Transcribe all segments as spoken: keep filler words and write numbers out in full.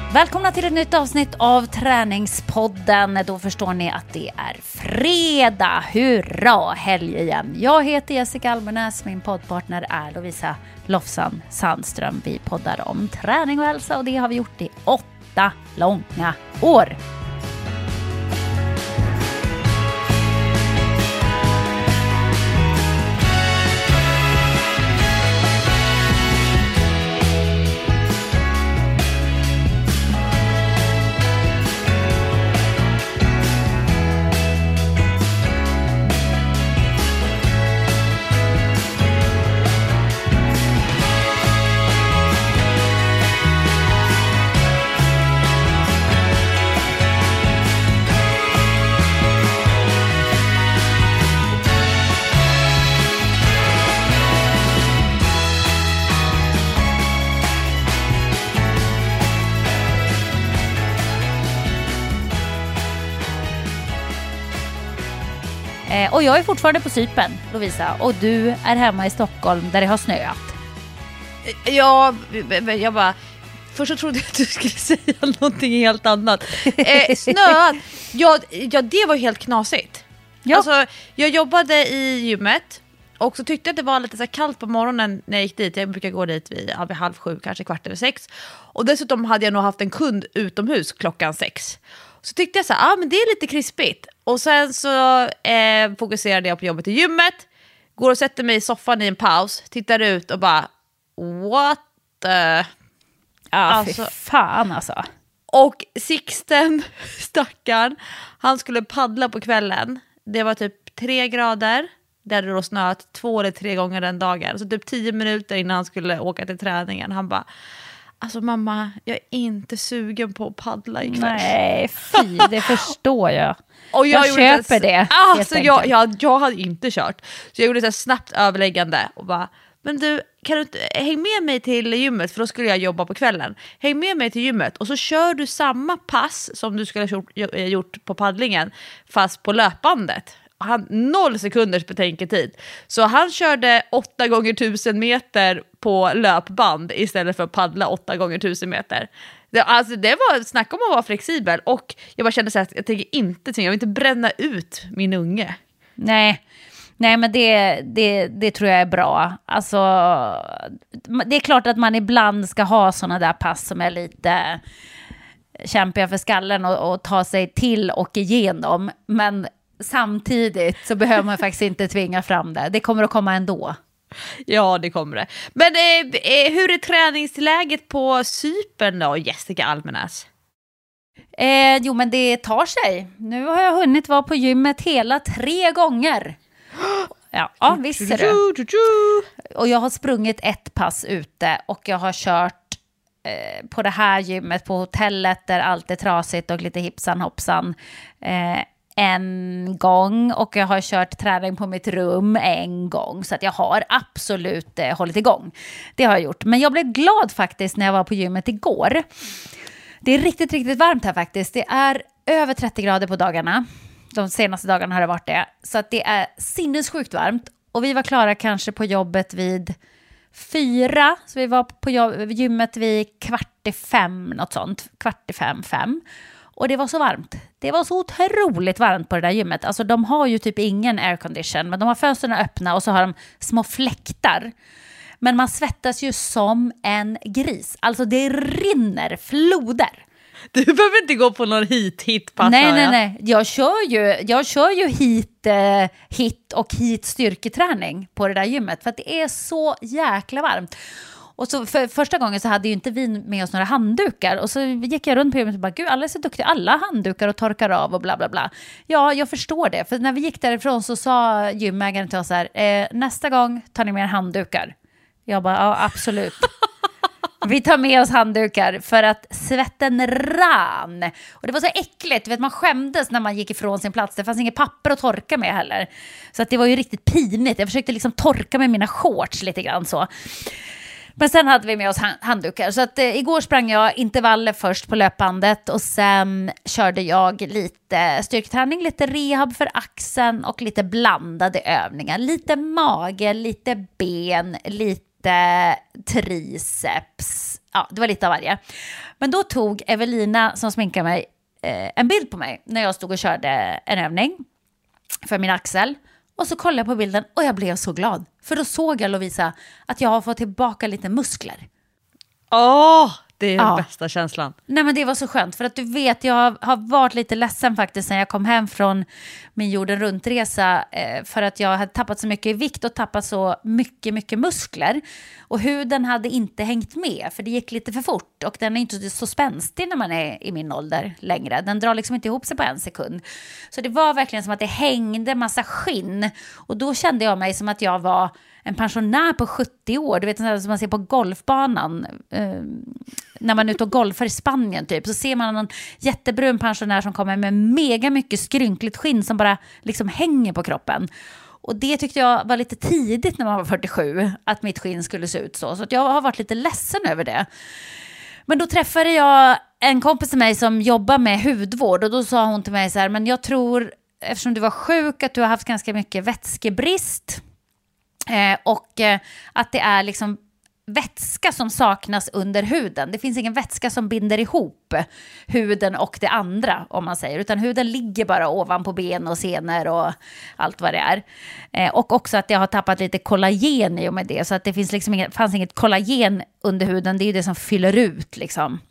Välkomna till ett nytt avsnitt av Träningspodden. Då förstår ni att det är fredag. Hurra, helg igen. Jag heter Jessica Almenäs. Min poddpartner är Lovisa Lofsan Sandström. Vi poddar om träning och hälsa och det har vi gjort i åtta långa år. Och jag är fortfarande på Cypern, Lovisa. Och du är hemma i Stockholm där det har snöat. Ja, jag bara... Först så trodde jag att du skulle säga någonting helt annat. Eh, snöat. Ja, ja, det var helt knasigt. Ja. Alltså, jag jobbade i gymmet. Och så tyckte jag att det var lite så här kallt på morgonen när jag gick dit. Jag brukar gå dit vid, vid halv sju, kanske kvart över sex. Och dessutom hade jag nog haft en kund utomhus klockan sex. Så tyckte jag så här, ah, men det är lite krispigt. Och sen så eh, fokuserade jag på jobbet i gymmet. Går och sätter mig i soffan i en paus. Tittar ut och bara, what the... Ja, alltså, fy fan alltså. Och Sixten, stackaren, han skulle paddla på kvällen. Det var typ tre grader. Det hade då snöat två eller tre gånger den dagen. Så typ tio minuter innan han skulle åka till träningen. Han bara... Alltså mamma, jag är inte sugen på att paddla ikväll. Nej, fy, det förstår jag. Och jag, jag köper ett, det. Alltså jag, jag, jag hade inte kört. Så jag gjorde ett snabbt överläggande och bara, men du, kan du inte häng med mig till gymmet, för då skulle jag jobba på kvällen. Häng med mig till gymmet och så kör du samma pass som du skulle ha gjort, gjort på paddlingen, fast på löpbandet. Han, noll sekunders betänketid. Så han körde åtta gånger tusen meter på löpband istället för att paddla åtta gånger tusen meter. Det, alltså det var snack om att vara flexibel. Och jag bara kände så att jag tänker inte jag vill inte bränna ut min unge. Nej, Nej men det, det, det tror jag är bra. Alltså, det är klart att man ibland ska ha såna där pass som är lite kämpiga för skallen och, och ta sig till och igenom. Men samtidigt så behöver man faktiskt inte tvinga fram det. Det kommer att komma ändå. Ja, det kommer det. Men eh, hur är träningsläget på Cypern då, Jessica Almenäs? Eh, jo, men det tar sig. Nu har jag hunnit vara på gymmet hela tre gånger. Ja, ja visst är det. Och jag har sprungit ett pass ute och jag har kört eh, på det här gymmet på hotellet där allt är trasigt och lite hipsan hoppsan. Eh, en gång och jag har kört träning på mitt rum en gång, så att jag har absolut eh, hållit igång. Det har jag gjort. Men jag blev glad faktiskt när jag var på gymmet igår. Det är riktigt, riktigt varmt här faktiskt. Det är över trettio grader på dagarna. De senaste dagarna har det varit det. Så att det är sinnessjukt varmt. Och vi var klara kanske på jobbet vid fyra. Så vi var på jobb- gymmet vid kvart i fem, något sånt. Kvart i fem, fem. Och det var så varmt. Det var så otroligt varmt på det där gymmet. Alltså de har ju typ ingen aircondition. Men de har fönstren öppna och så har de små fläktar. Men man svettas ju som en gris. Alltså det rinner floder. Du behöver inte gå på någon hit-hit-pass. Nej, nej, nej. Jag kör ju, jag kör ju hit, eh, hit och hit styrketräning på det där gymmet. För att det är så jäkla varmt. Och så för första gången så hade ju inte vi med oss några handdukar. Och så gick jag runt på gymmet och bara, gud, alla är så duktiga. Alla handdukar och torkar av och bla bla bla. Ja, jag förstår det. För när vi gick därifrån så sa gymägaren till oss så här, eh, nästa gång tar ni med handdukar. Jag bara, ja, absolut. Vi tar med oss handdukar för att svetten rann. Och det var så äckligt. Vet, man skämdes när man gick ifrån sin plats. Det fanns inget papper att torka med heller. Så att det var ju riktigt pinigt. Jag försökte liksom torka med mina shorts lite grann så. Men sen hade vi med oss handdukar. Så att eh, igår sprang jag intervaller först på löpbandet. Och sen körde jag lite styrketräning, lite rehab för axeln och lite blandade övningar. Lite mage, lite ben, lite triceps. ja, det var lite av varje. Men då tog Evelina som sminkade mig eh, en bild på mig när jag stod och körde en övning för min axel. Och så kollade jag på bilden och jag blev så glad. För då såg jag, Lovisa, att jag har fått tillbaka lite muskler. Åh, oh, det är den ja. bästa känslan. Nej, men det var så skönt. För att du vet, jag har, har varit lite ledsen faktiskt när jag kom hem från min jorden runtresa. Eh, för att jag hade tappat så mycket i vikt och tappat så mycket, mycket muskler. Och huden hade inte hängt med, för det gick lite för fort. Och den är inte så spänstig när man är i min ålder längre. Den drar liksom inte ihop sig på en sekund. Så det var verkligen som att det hängde massa skinn. Och då kände jag mig som att jag var en pensionär på sjuttio år. Du vet, som man ser på golfbanan. Eh, när man är ute och golfar i Spanien typ. Så ser man någon jättebrun pensionär som kommer med mega mycket skrynkligt skinn som bara liksom hänger på kroppen. Och det tyckte jag var lite tidigt när man var fyrtiosju, att mitt skinn skulle se ut så. Så att jag har varit lite ledsen över det. Men då träffade jag en kompis till mig som jobbar med hudvård. Och då sa hon till mig så här, men jag tror, eftersom du var sjuk, att du har haft ganska mycket vätskebrist. Eh, och eh, att det är liksom vätska som saknas under huden. Det finns ingen vätska som binder ihop huden och det andra, om man säger. Utan huden ligger bara ovanpå ben och senor och allt vad det är. Eh, och också att jag har tappat lite kollagen i och med det. Så att det finns liksom inget, fanns inget kollagen under huden. Det är ju det som fyller ut liksom.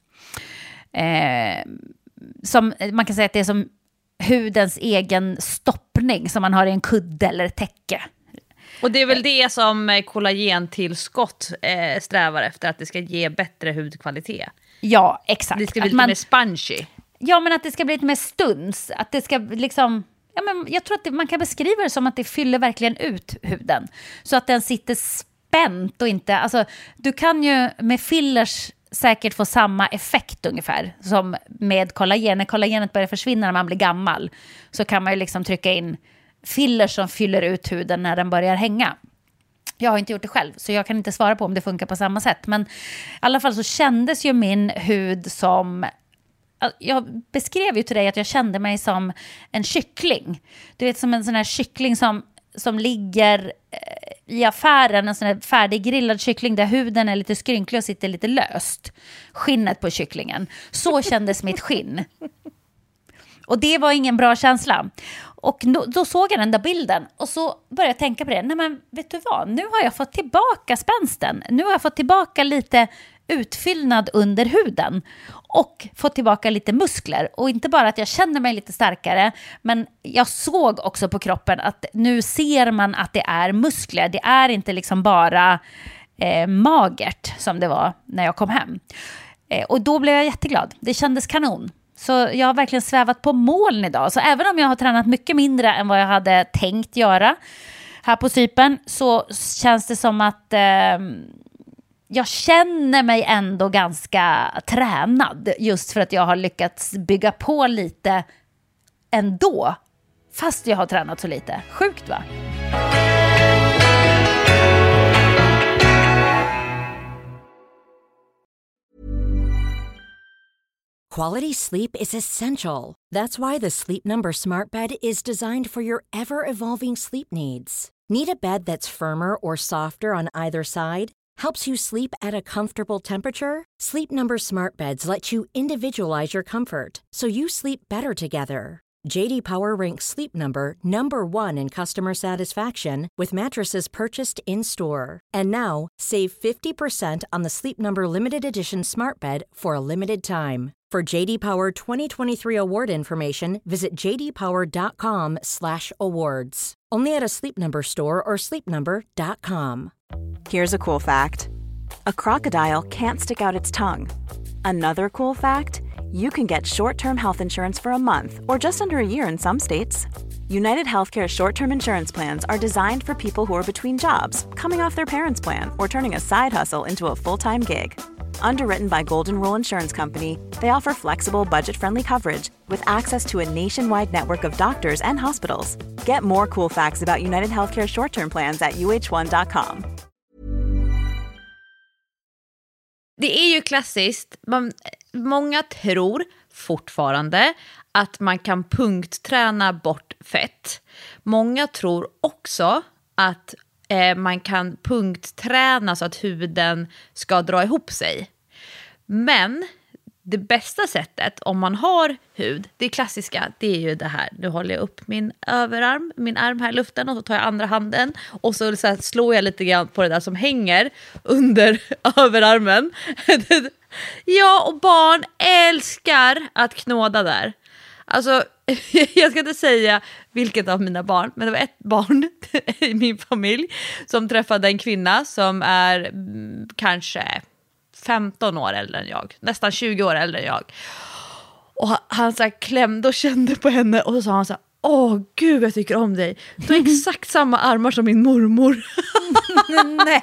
Eh, som, man kan säga att det är som hudens egen stoppning som man har i en kudde eller täcke. Och det är väl det som kollagentillskott eh, strävar efter, att det ska ge bättre hudkvalitet. Ja, exakt. Det ska bli att lite man, mer spongy. Ja, men att det ska bli lite mer stuns. Att det ska liksom... Ja, men jag tror att det, man kan beskriva det som att det fyller verkligen ut huden. Så att den sitter spänt och inte... Alltså, du kan ju med fillers säkert få samma effekt ungefär som med kollagen. När kollagenet börjar försvinna när man blir gammal så kan man ju liksom trycka in fillers som fyller ut huden när den börjar hänga. Jag har inte gjort det själv, så jag kan inte svara på om det funkar på samma sätt. Men i alla fall så kändes ju min hud som... Jag beskrev ju till dig att jag kände mig som en kyckling. Du vet, som en sån här kyckling som, som ligger i affären. En sån här färdiggrillad kyckling där huden är lite skrynklig och sitter lite löst. Skinnet på kycklingen. Så kändes mitt skinn. Och det var ingen bra känsla. Och då, då såg jag den där bilden och så började jag tänka på det. Nej, men vet du vad? Nu har jag fått tillbaka spänsten. Nu har jag fått tillbaka lite utfyllnad under huden. Och fått tillbaka lite muskler. Och inte bara att jag känner mig lite starkare. Men jag såg också på kroppen att nu ser man att det är muskler. Det är inte liksom bara eh, magert som det var när jag kom hem. Eh, och då blev jag jätteglad. Det kändes kanon. Så jag har verkligen svävat på moln idag. Så även om jag har tränat mycket mindre än vad jag hade tänkt göra här på Cypern, så känns det som att eh, jag känner mig ändå ganska tränad. Just för att jag har lyckats bygga på lite ändå. Fast jag har tränat så lite. Sjukt, va? Quality sleep is essential. That's why the Sleep Number Smart Bed is designed for your ever-evolving sleep needs. Need a bed that's firmer or softer on either side? Helps you sleep at a comfortable temperature? Sleep Number Smart Beds let you individualize your comfort, so you sleep better together. J D Power ranks Sleep Number number one in customer satisfaction with mattresses purchased in-store. And now, save fifty percent on the Sleep Number Limited Edition Smart Bed for a limited time. For J D Power twenty twenty-three award information, visit j d power dot com slash awards. Only at a Sleep Number store or sleep number dot com. Here's a cool fact. A crocodile can't stick out its tongue. Another cool fact, you can get short-term health insurance for a month or just under a year in some states. United Healthcare short-term insurance plans are designed for people who are between jobs, coming off their parents' plan, or turning a side hustle into a full-time gig. Underwritten by Golden Rule Insurance Company, they offer flexible, budget-friendly coverage with access to a nationwide network of doctors and hospitals. Get more cool facts about United Healthcare short-term plans at u h one dot com. Det är ju klassiskt. Man, många tror fortfarande att man kan punktträna bort fett. Många tror också att eh, man kan punktträna så att huden ska dra ihop sig. Men det bästa sättet om man har hud, det klassiska, det är ju det här. Nu håller jag upp min överarm, min arm här i luften och så tar jag andra handen och så, så här slår jag lite grann på det där som hänger under överarmen. Ja, och barn älskar att knåda där. Alltså, jag ska inte säga vilket av mina barn, men det var ett barn i min familj som träffade en kvinna som är mm, kanske femton år äldre än jag, nästan tjugo år äldre än jag. Och han, han så här klämde och kände på henne och så sa han så här: åh gud, jag tycker om dig. Du har exakt samma armar som min mormor. Nej.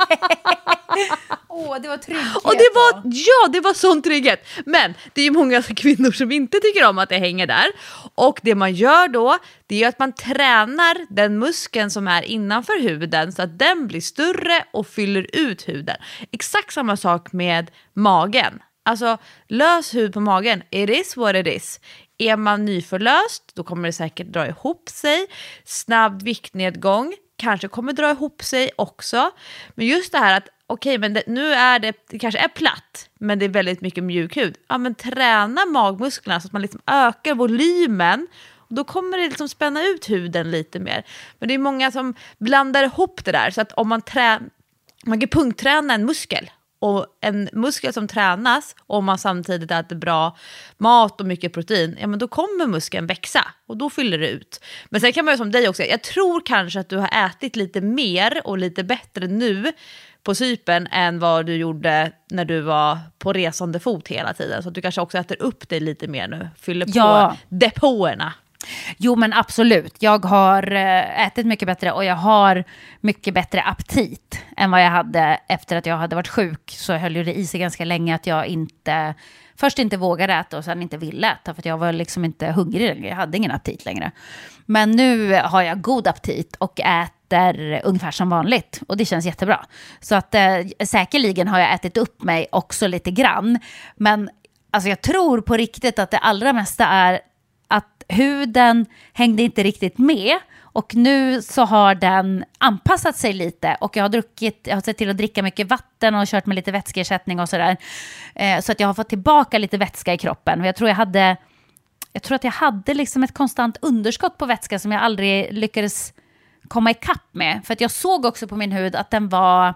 Åh, det var trygghet. Och det var, ja, det var sån trygghet. Men det är ju många kvinnor som inte tycker om att det hänger där. Och det man gör då, det är att man tränar den muskeln som är innanför huden så att den blir större och fyller ut huden. Exakt samma sak med magen. Alltså, lös hud på magen. It is what it is. Är man nyförlöst, då kommer det säkert dra ihop sig. Snabb viktnedgång kanske kommer dra ihop sig också. Men just det här att okej, okay, men det, nu är det, det kanske är platt, men det är väldigt mycket mjuk hud. Ja, men träna magmusklerna så att man liksom ökar volymen. Och då kommer det liksom spänna ut huden lite mer. Men det är många som blandar ihop det där. Så att om man tränar, man kan punktträna en muskel. Och en muskel som tränas, om man samtidigt äter bra mat och mycket protein, ja men då kommer muskeln växa och då fyller det ut. Men sen kan man ju som dig också, jag tror kanske att du har ätit lite mer och lite bättre nu på Cypern än vad du gjorde när du var på resande fot hela tiden. Så att du kanske också äter upp det lite mer nu, fyller på ja. depåerna. Jo, men absolut. Jag har ätit mycket bättre och jag har mycket bättre aptit än vad jag hade efter att jag hade varit sjuk. Så höll ju det i sig ganska länge att jag inte, först inte vågade äta och sen inte ville äta för att jag var liksom inte hungrig längre. Jag hade ingen aptit längre. Men nu har jag god aptit och äter ungefär som vanligt och det känns jättebra. Så att eh, säkerligen har jag ätit upp mig också lite grann. Men alltså, jag tror på riktigt att det allra mesta är att huden hängde inte riktigt med och nu så har den anpassat sig lite och jag har druckit, jag har sett till att dricka mycket vatten och kört med lite vätskeersättning och sådär. Eh, så att jag har fått tillbaka lite vätska i kroppen. Och jag tror jag hade jag tror att jag hade liksom ett konstant underskott på vätska som jag aldrig lyckades komma ikapp med. För att jag såg också på min hud att den var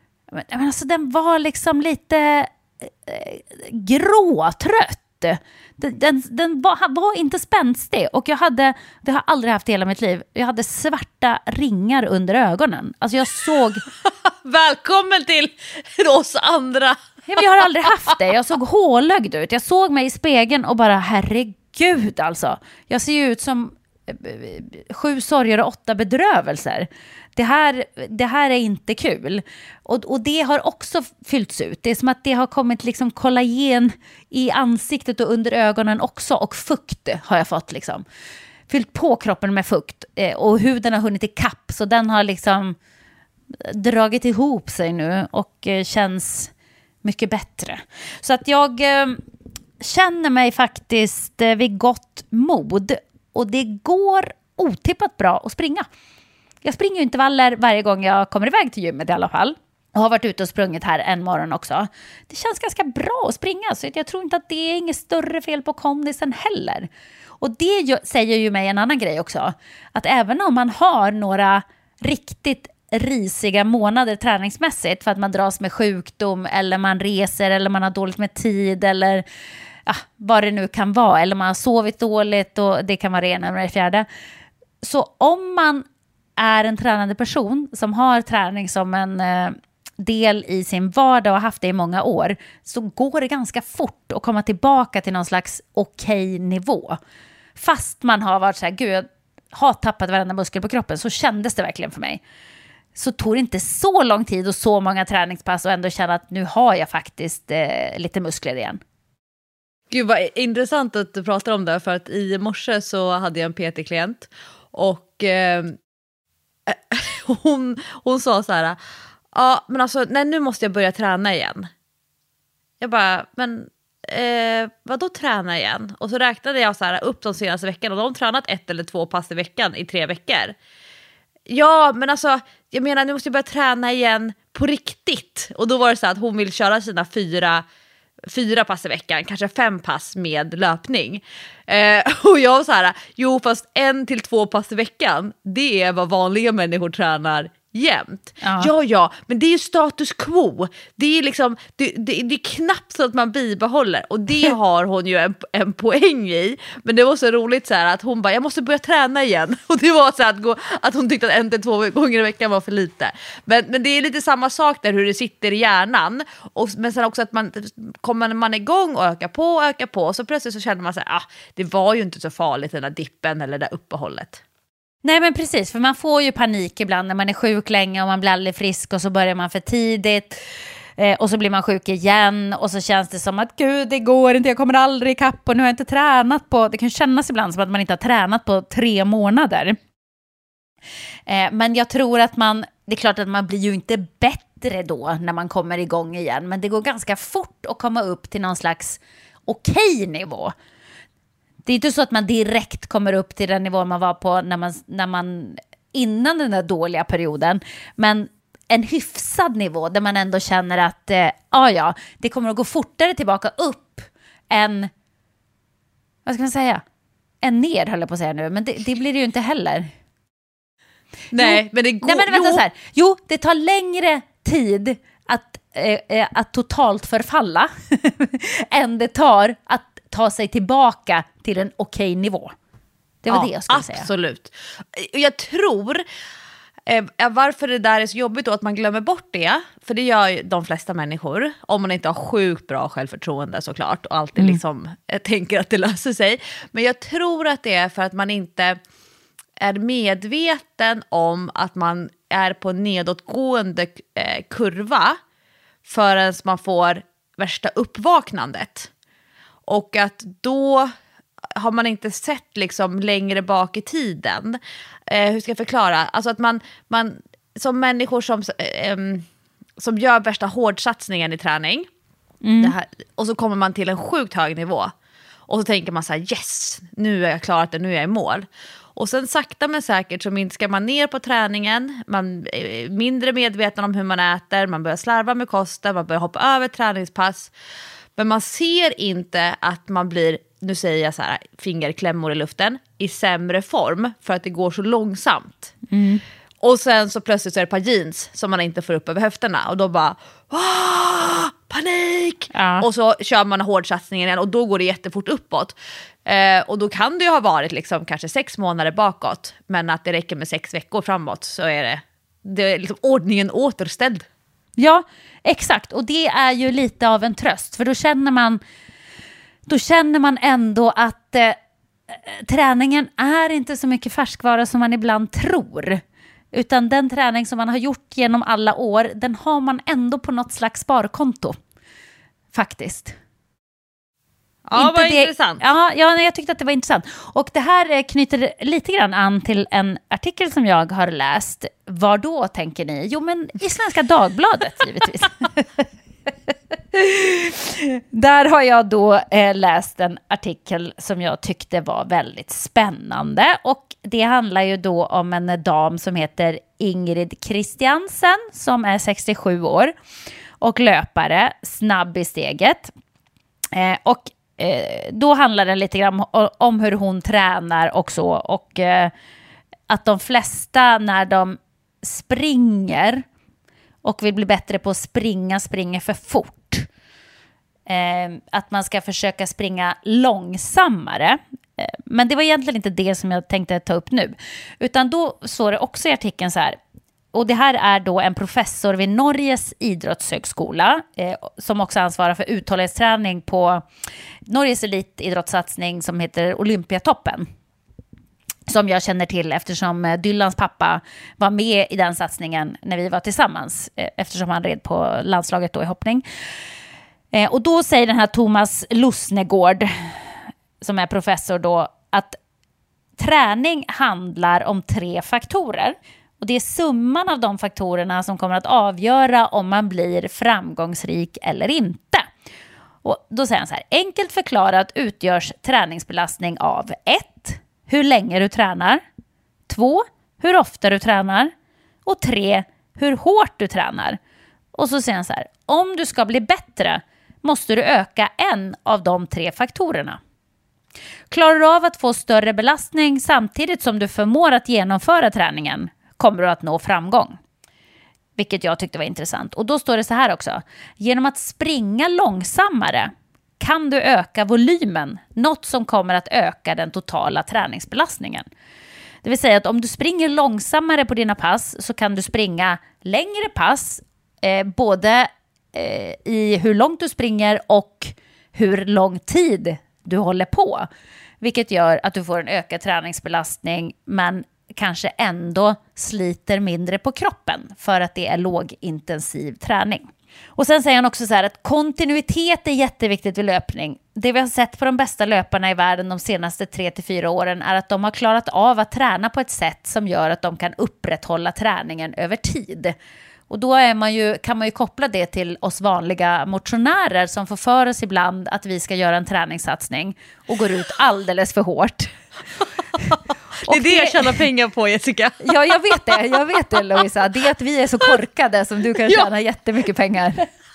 men alltså den var liksom lite eh, gråtrött. Den, den, den var, var inte spänstig och jag hade, det har jag aldrig haft i hela mitt liv, jag hade svarta ringar under ögonen. Alltså jag såg... Välkommen till oss andra. Ja, men jag har aldrig haft det, jag såg hålögd ut. Jag såg mig i spegeln och bara herregud alltså. Jag ser ju ut som sju sorger och åtta bedrövelser. Det här, det här är inte kul. Och, och det har också fyllts ut. Det är som att det har kommit liksom kollagen i ansiktet och under ögonen också. Och fukt har jag fått liksom. Fyllt på kroppen med fukt. Eh, och huden har hunnit i kapp. Så den har liksom dragit ihop sig nu. Och eh, känns mycket bättre. Så att jag eh, känner mig faktiskt eh, vid gott mod. Och det går otippat bra att springa. Jag springer ju intervaller varje gång jag kommer iväg till gymmet i alla fall. Och har varit ute och sprungit här en morgon också. Det känns ganska bra att springa. Så jag tror inte att det är inget större fel på kondisen heller. Och det säger ju mig en annan grej också. Att även om man har några riktigt risiga månader träningsmässigt. För att man dras med sjukdom. Eller man reser. Eller man har dåligt med tid. Eller ja, vad det nu kan vara. Eller man har sovit dåligt. Och det kan vara det ena eller det fjärde. Så om man är en tränande person som har träning som en eh, del i sin vardag och har haft det i många år, så går det ganska fort att komma tillbaka till någon slags okej nivå. Fast man har varit så här, gud, jag har tappat varenda muskel på kroppen, så kändes det verkligen för mig. Så tog det inte så lång tid och så många träningspass och ändå känna att nu har jag faktiskt eh, lite muskler igen. Gud vad intressant att du pratar om det, för att i morse så hade jag en P T-klient och eh, hon, hon sa så här: ja men alltså nej, nu måste jag börja träna igen. Jag bara, men eh, vad då träna igen? Och så räknade jag så här upp de senaste veckorna och de har tränat ett eller två pass i veckan i tre veckor. Ja men alltså, jag menar nu måste jag börja träna igen på riktigt. Och då var det så att hon vill köra sina fyra fyra pass i veckan, kanske fem pass med löpning. Eh, och jag var så här, jo fast en till två pass i veckan, det är vad vanliga människor tränar jämt. Ja. ja, ja, men det är ju status quo. Det är liksom, det, det, det är knappt så att man bibehåller. Och det har hon ju en, en poäng i. Men det var så roligt så här att hon bara, jag måste börja träna igen. Och det var så här att, gå, att hon tyckte att en till två gånger i veckan var för lite. Men, men det är lite samma sak där, hur det sitter i hjärnan. Och, men sen också att man kommer man igång och ökar på och ökar på. Så plötsligt så känner man så här, ah, det var ju inte så farligt den där dippen eller det där uppehållet. Nej men precis, för man får ju panik ibland när man är sjuk länge och man blir aldrig frisk och så börjar man för tidigt eh, och så blir man sjuk igen och så känns det som att gud det går inte, jag kommer aldrig ikapp och nu har jag inte tränat på, det kan kännas ibland som att man inte har tränat på tre månader. Eh, men jag tror att man, det är klart att man blir ju inte bättre då när man kommer igång igen, men det går ganska fort att komma upp till någon slags okej nivå. Det är inte så att man direkt kommer upp till den nivå man var på när man, när man innan den där dåliga perioden. Men en hyfsad nivå där man ändå känner att eh, ah ja, det kommer att gå fortare tillbaka upp än, vad ska man säga? Än ner höll jag på att säga nu. Men det, det blir det ju inte heller. Nej, jo, men det går... Nej, men vänta, så här. Jo, det tar längre tid att, eh, att totalt förfalla än det tar att ta sig tillbaka till en okej nivå. Det var ja, det jag skulle säga. Absolut. Jag tror eh, varför det där är så jobbigt då att man glömmer bort det, för det gör ju de flesta människor om man inte har sjukt bra självförtroende såklart och alltid mm. liksom eh, tänker att det löser sig. Men jag tror att det är för att man inte är medveten om att man är på en nedåtgående eh, kurva förrän man får värsta uppvaknandet. Och att då har man inte sett liksom längre bak i tiden. Eh, hur ska jag förklara? Alltså att man, man som människor som, eh, som gör värsta hårdsatsningen i träning. Mm. Det här, och så kommer man till en sjukt hög nivå. Och så tänker man så här, yes, nu är jag klarat det, nu är jag i mål. Och sen sakta men säkert så minskar man ner på träningen. Man är mindre medveten om hur man äter. Man börjar slarva med kosten. Man börjar hoppa över träningspass. Men man ser inte att man blir, nu säger jag så här, fingerklämmor i luften, i sämre form för att det går så långsamt. Mm. Och sen så plötsligt så är det ett par jeans som man inte får upp över höfterna. Och då bara, panik! Ja. Och så kör man hårdsatsningen igen och då går det jättefort uppåt. Eh, och då kan det ju ha varit liksom kanske sex månader bakåt. Men att det räcker med sex veckor framåt så är det, det är liksom ordningen återställd. Ja, exakt. Och det är ju lite av en tröst. För då känner man, då känner man ändå att eh, träningen är inte så mycket färskvara som man ibland tror. Utan den träning som man har gjort genom alla år, den har man ändå på något slags sparkonto. Faktiskt. Ja, inte vad det, intressant. Ja, ja, jag tyckte att det var intressant. Och det här knyter lite grann an till en artikel som jag har läst. Var då, tänker ni? Jo, men i Svenska Dagbladet, givetvis. Där har jag då eh, läst en artikel som jag tyckte var väldigt spännande. Och det handlar ju då om en dam som heter Ingrid Christiansen som är sextiosju år och löpare, snabb i steget. Eh, och eh, då handlar det lite grann om, om hur hon tränar och så. Och eh, att de flesta när de springer och vill bli bättre på att springa, springer för fort. Eh, att man ska försöka springa långsammare. Eh, men det var egentligen inte det som jag tänkte ta upp nu. Utan då står det också i artikeln så här. Och det här är då en professor vid Norges idrottshögskola eh, som också ansvarar för uthållighetsträning på Norges elitidrottssatsning som heter Olympiatoppen. Som jag känner till eftersom Dylans pappa var med i den satsningen när vi var tillsammans. Eh, eftersom han red på landslaget då i hoppning. Eh, och då säger den här Thomas Lusnegård som är professor då att träning handlar om tre faktorer. Och det är summan av de faktorerna som kommer att avgöra om man blir framgångsrik eller inte. Och då säger han så här, enkelt förklarat utgörs träningsbelastning av ett, hur länge du tränar, två, hur ofta du tränar och tre, hur hårt du tränar. Och så säger han så här, om du ska bli bättre måste du öka en av de tre faktorerna. Klarar du av att få större belastning samtidigt som du förmår att genomföra träningen kommer du att nå framgång. Vilket jag tyckte var intressant. Och då står det så här också. Genom att springa långsammare kan du öka volymen, något som kommer att öka den totala träningsbelastningen. Det vill säga att om du springer långsammare på dina pass så kan du springa längre pass, eh, både eh, i hur långt du springer och hur lång tid du håller på. Vilket gör att du får en ökad träningsbelastning men kanske ändå sliter mindre på kroppen för att det är lågintensiv träning. Och sen säger han också så här att kontinuitet är jätteviktigt vid löpning. Det vi har sett på de bästa löparna i världen de senaste tre till fyra åren är att de har klarat av att träna på ett sätt som gör att de kan upprätthålla träningen över tid. Och då är man ju, kan man ju koppla det till oss vanliga motionärer som får för oss ibland att vi ska göra en träningssatsning och går ut alldeles för hårt. Det är det, det jag tjänar pengar på, Jessica. Ja, jag vet det. Jag vet det, Lovisa. Det är att vi är så korkade som du kan tjäna ja. jättemycket pengar.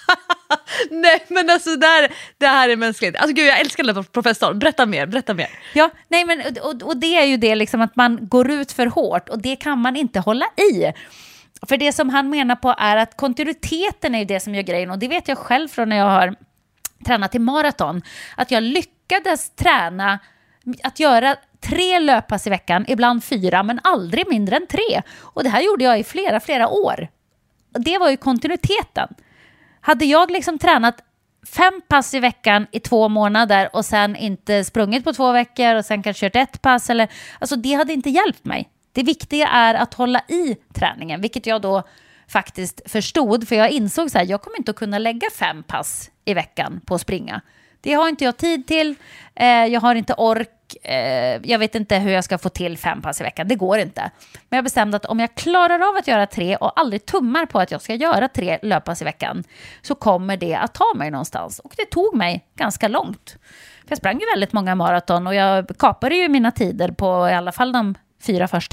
Nej, men alltså det här, det här är mänskligt. Alltså gud, jag älskar den professorn. Berätta mer, berätta mer. Ja, nej men och, och det är ju det liksom att man går ut för hårt och det kan man inte hålla i. För det som han menar på är att kontinuiteten är ju det som gör grejen. Och det vet jag själv från när jag har tränat i maraton. Att jag lyckades träna, att göra tre löppass i veckan, ibland fyra, men aldrig mindre än tre. Och det här gjorde jag i flera, flera år. Det var ju kontinuiteten. Hade jag liksom tränat fem pass i veckan i två månader och sen inte sprungit på två veckor och sen kanske kört ett pass, eller, alltså det hade inte hjälpt mig. Det viktiga är att hålla i träningen, vilket jag då faktiskt förstod, för jag insåg så här, jag kommer inte att kunna lägga fem pass i veckan på att springa. Det har inte jag tid till, eh, jag har inte ork, eh, jag vet inte hur jag ska få till fem pass i veckan, det går inte. Men jag bestämde att om jag klarar av att göra tre och aldrig tummar på att jag ska göra tre löppass i veckan så kommer det att ta mig någonstans. Och det tog mig ganska långt. För jag sprang ju väldigt många maraton och jag kapade ju mina tider på i alla fall de fyra första.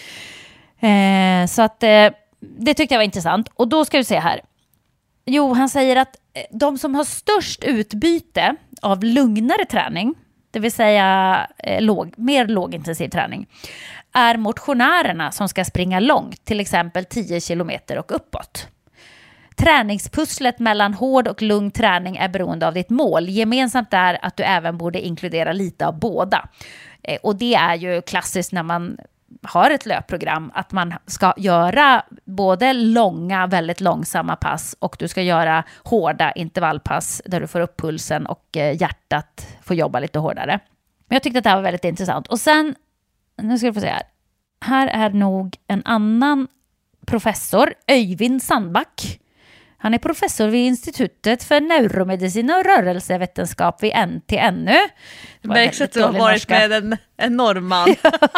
Eh, så att eh, det tyckte jag var intressant. Och då ska vi se här. Jo, han säger att de som har störst utbyte av lugnare träning, det vill säga eh, låg, mer lågintensiv träning, är motionärerna som ska springa långt, till exempel tio kilometer och uppåt. Träningspusslet mellan hård och lugn träning är beroende av ditt mål. Gemensamt är att du även borde inkludera lite av båda. Eh, och det är ju klassiskt när man har ett löpprogram, att man ska göra både långa, väldigt långsamma pass och du ska göra hårda intervallpass där du får upp pulsen och hjärtat får jobba lite hårdare. Men jag tyckte att det här var väldigt intressant. Och sen, nu ska du få se här. Här är nog en annan professor, Öyvind Sandback. Han är professor vid Institutet för neuromedicin och rörelsevetenskap vid N T N U. Det märks att du har varit norska. Med en, en norrman.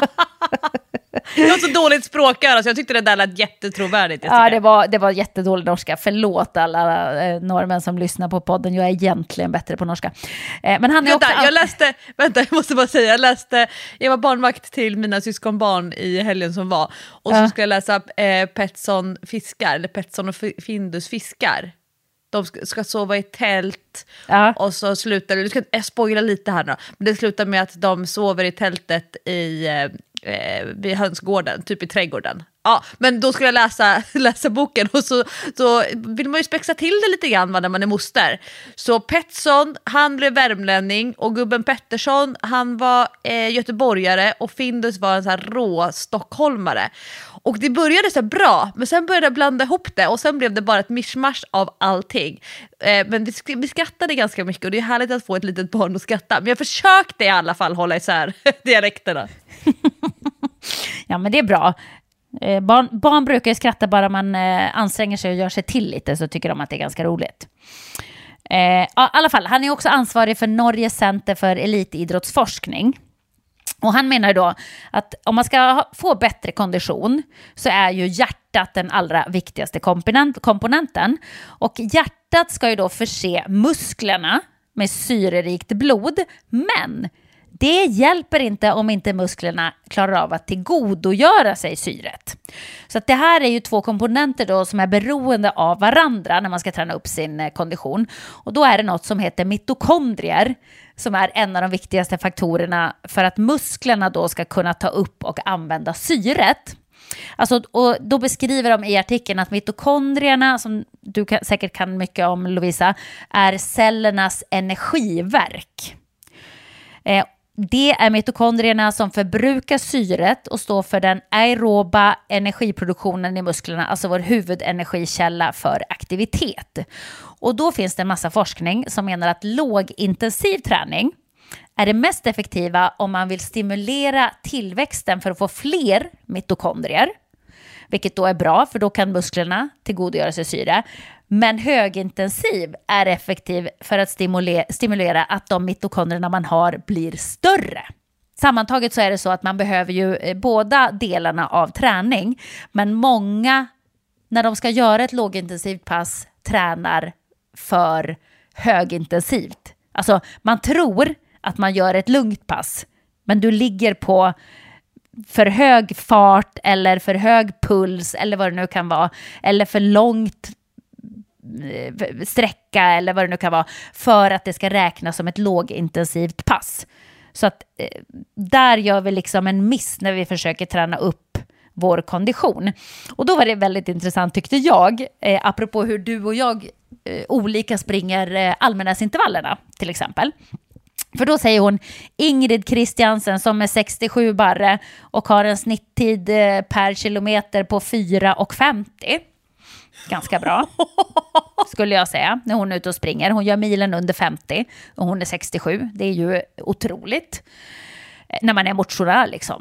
Jag har så dåligt språkare så jag tyckte det där lät jättetrovärdigt. Ja, det var, det var jättedålig norska. Förlåt alla eh, norrmän som lyssnar på podden. Jag är egentligen bättre på norska. Eh, men han är vänta, också... jag läste, vänta, jag måste bara säga. Jag läste, jag var barnvakt till mina syskonbarn i helgen som var. Och så ja. skulle jag läsa eh, Petson fiskar, eller Petson och Findus fiskar. De ska, ska sova i tält ja. och så slutar det, du ska jag spoila lite här nu, men det slutar med att de sover i tältet i eh, vid hönsgården, typ i trädgården. Ja, men då skulle jag läsa, läsa boken och så, så vill man ju spexa till det lite grann när man är moster. Så Petson, han blev värmlänning och gubben Pettersson, han var eh, göteborgare och Findus var en sån här rå stockholmare. Och det började så bra, men sen började jag blanda ihop det och sen blev det bara ett mischmasch av allting. Eh, men vi, vi skrattade ganska mycket och det är härligt att få ett litet barn att skratta. Men jag försökte i alla fall hålla isär dialekterna. Ja, men det är bra. Eh, barn, barn brukar ju skratta bara man eh, anstränger sig och gör sig till lite, så tycker de att det är ganska roligt. Eh, ja, i alla fall, han är också ansvarig för Norges center för elitidrottsforskning. Och han menar då att om man ska ha, få bättre kondition så är ju hjärtat den allra viktigaste komponent, komponenten. Och hjärtat ska ju då förse musklerna med syrerikt blod, men Det hjälper inte om inte musklerna klarar av att tillgodogöra sig syret. Så att det här är ju två komponenter då som är beroende av varandra när man ska träna upp sin kondition. Och då är det något som heter mitokondrier som är en av de viktigaste faktorerna för att musklerna då ska kunna ta upp och använda syret. Alltså, och då beskriver de i artikeln att mitokondrierna, som du kan, säkert kan mycket om, Lovisa, är cellernas energiverk. Eh, det är mitokondrierna som förbrukar syret och står för den aeroba energiproduktionen i musklerna, alltså vår huvudenergikälla för aktivitet. Och då finns det en massa forskning som menar att lågintensiv träning är det mest effektiva om man vill stimulera tillväxten för att få fler mitokondrier, vilket då är bra för då kan musklerna tillgodogöra sig syre. Men högintensiv är effektiv för att stimulera, stimulera att de mitokondrierna man har blir större. Sammantaget så är det så att man behöver ju båda delarna av träning, men många när de ska göra ett lågintensivt pass tränar för högintensivt. Alltså man tror att man gör ett lugnt pass, men du ligger på för hög fart eller för hög puls eller vad det nu kan vara, eller för långt sträcka eller vad det nu kan vara, för att det ska räknas som ett lågintensivt pass. Så att eh, där gör vi liksom en miss när vi försöker träna upp vår kondition. Och då var det väldigt intressant tyckte jag, eh, apropå hur du och jag eh, olika springer eh, Almenäsintervallerna till exempel. För då säger hon Ingrid Kristiansen som är sextiosju barre och har en snitttid eh, per kilometer på fyra femtio. Ganska bra, skulle jag säga, när hon är ute och springer. Hon gör milen under femtio och hon är sextiosju. Det är ju otroligt när man är motionär liksom.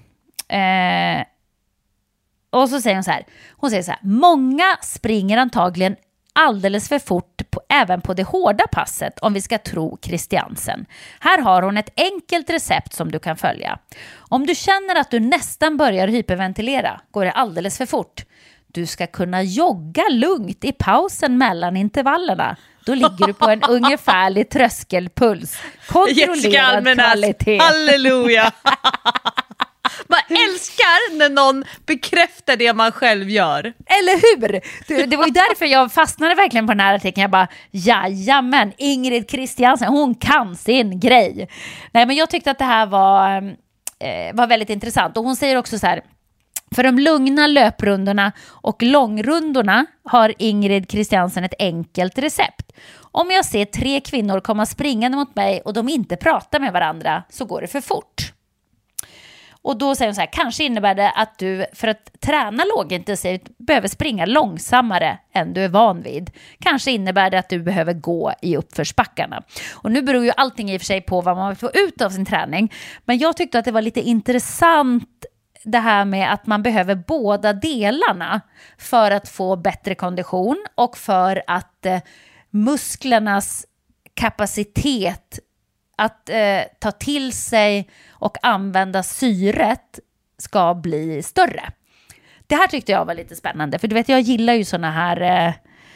Eh, och så säger hon så här. Hon säger så här. Många springer antagligen alldeles för fort på, även på det hårda passet om vi ska tro Kristiansen. Här har hon ett enkelt recept som du kan följa. Om du känner att du nästan börjar hyperventilera, går det alldeles för fort. Du ska kunna jogga lugnt i pausen mellan intervallerna. Då ligger du på en ungefärlig tröskelpuls. Kontrollerad kvalitet. Halleluja! Man älskar när någon bekräftar det man själv gör. Eller hur? Det, det var ju därför jag fastnade verkligen på den här artikeln. Jag bara, jajamän, Ingrid Kristiansen, hon kan sin grej. Nej, men jag tyckte att det här var, eh, var väldigt intressant. Och hon säger också så här. För de lugna löprundorna och långrundorna har Ingrid Kristiansen ett enkelt recept. Om jag ser tre kvinnor komma springande mot mig och de inte pratar med varandra så går det för fort. Och då säger hon så här, kanske innebär det att du för att träna lågintensivt behöver springa långsammare än du är van vid. Kanske innebär det att du behöver gå i uppförsbackarna. Och nu beror ju allting i och för sig på vad man vill få ut av sin träning. Men jag tyckte att det var lite intressant det här med att man behöver båda delarna för att få bättre kondition och för att eh, musklernas kapacitet att eh, ta till sig och använda syret ska bli större. Det här tyckte jag var lite spännande, för du vet jag gillar ju såna här eh,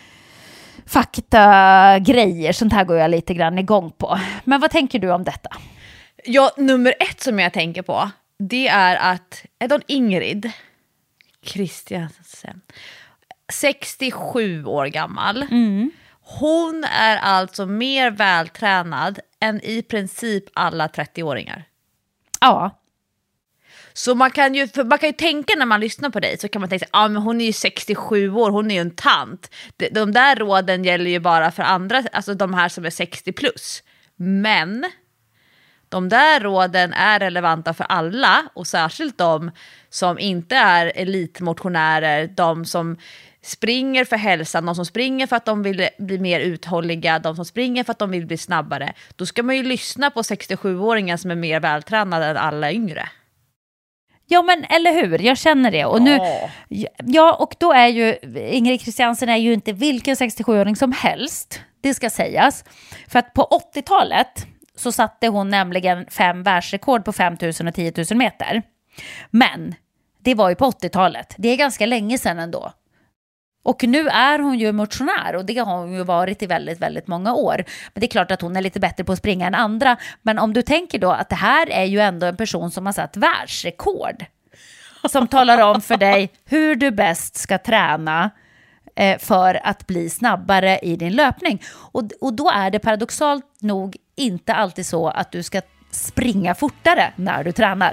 faktagrejer, sånt här går jag lite grann igång på. Men vad tänker du om detta? Ja, nummer ett som jag tänker på, det är att Edon Ingrid Kristiansen, sextiosju år gammal, mm. hon är alltså mer vältränad än i princip alla trettioåringar. Ja. Så man kan ju, man kan ju tänka när man lyssnar på dig, så kan man tänka, ja ah, men hon är ju sextiosju år, hon är ju en tant. De, de där råden gäller ju bara för andra, alltså de här som är sextio plus. Men de där råden är relevanta för alla, och särskilt de som inte är elitmotionärer, de som springer för hälsan, de som springer för att de vill bli mer uthålliga, de som springer för att de vill bli snabbare. Då ska man ju lyssna på sextiosjuåringar som är mer vältränade än alla yngre. Ja, men eller hur? Jag känner det. Och nu, ja, och då är ju Ingrid Kristiansen är ju inte vilken sextiosjuåring som helst, det ska sägas. För att på åttiotalet så satte hon nämligen fem världsrekord på fem tusen och tio tusen meter. Men det var ju på åttiotalet. Det är ganska länge sedan ändå. Och nu är hon ju motionär och det har hon ju varit i väldigt, väldigt många år. Men det är klart att hon är lite bättre på att springa än andra. Men om du tänker då att det här är ju ändå en person som har satt världsrekord. Som talar om för dig hur du bäst ska träna eh, för att bli snabbare i din löpning. Och, och då är det paradoxalt nog inte alltid så att du ska springa fortare när du tränar.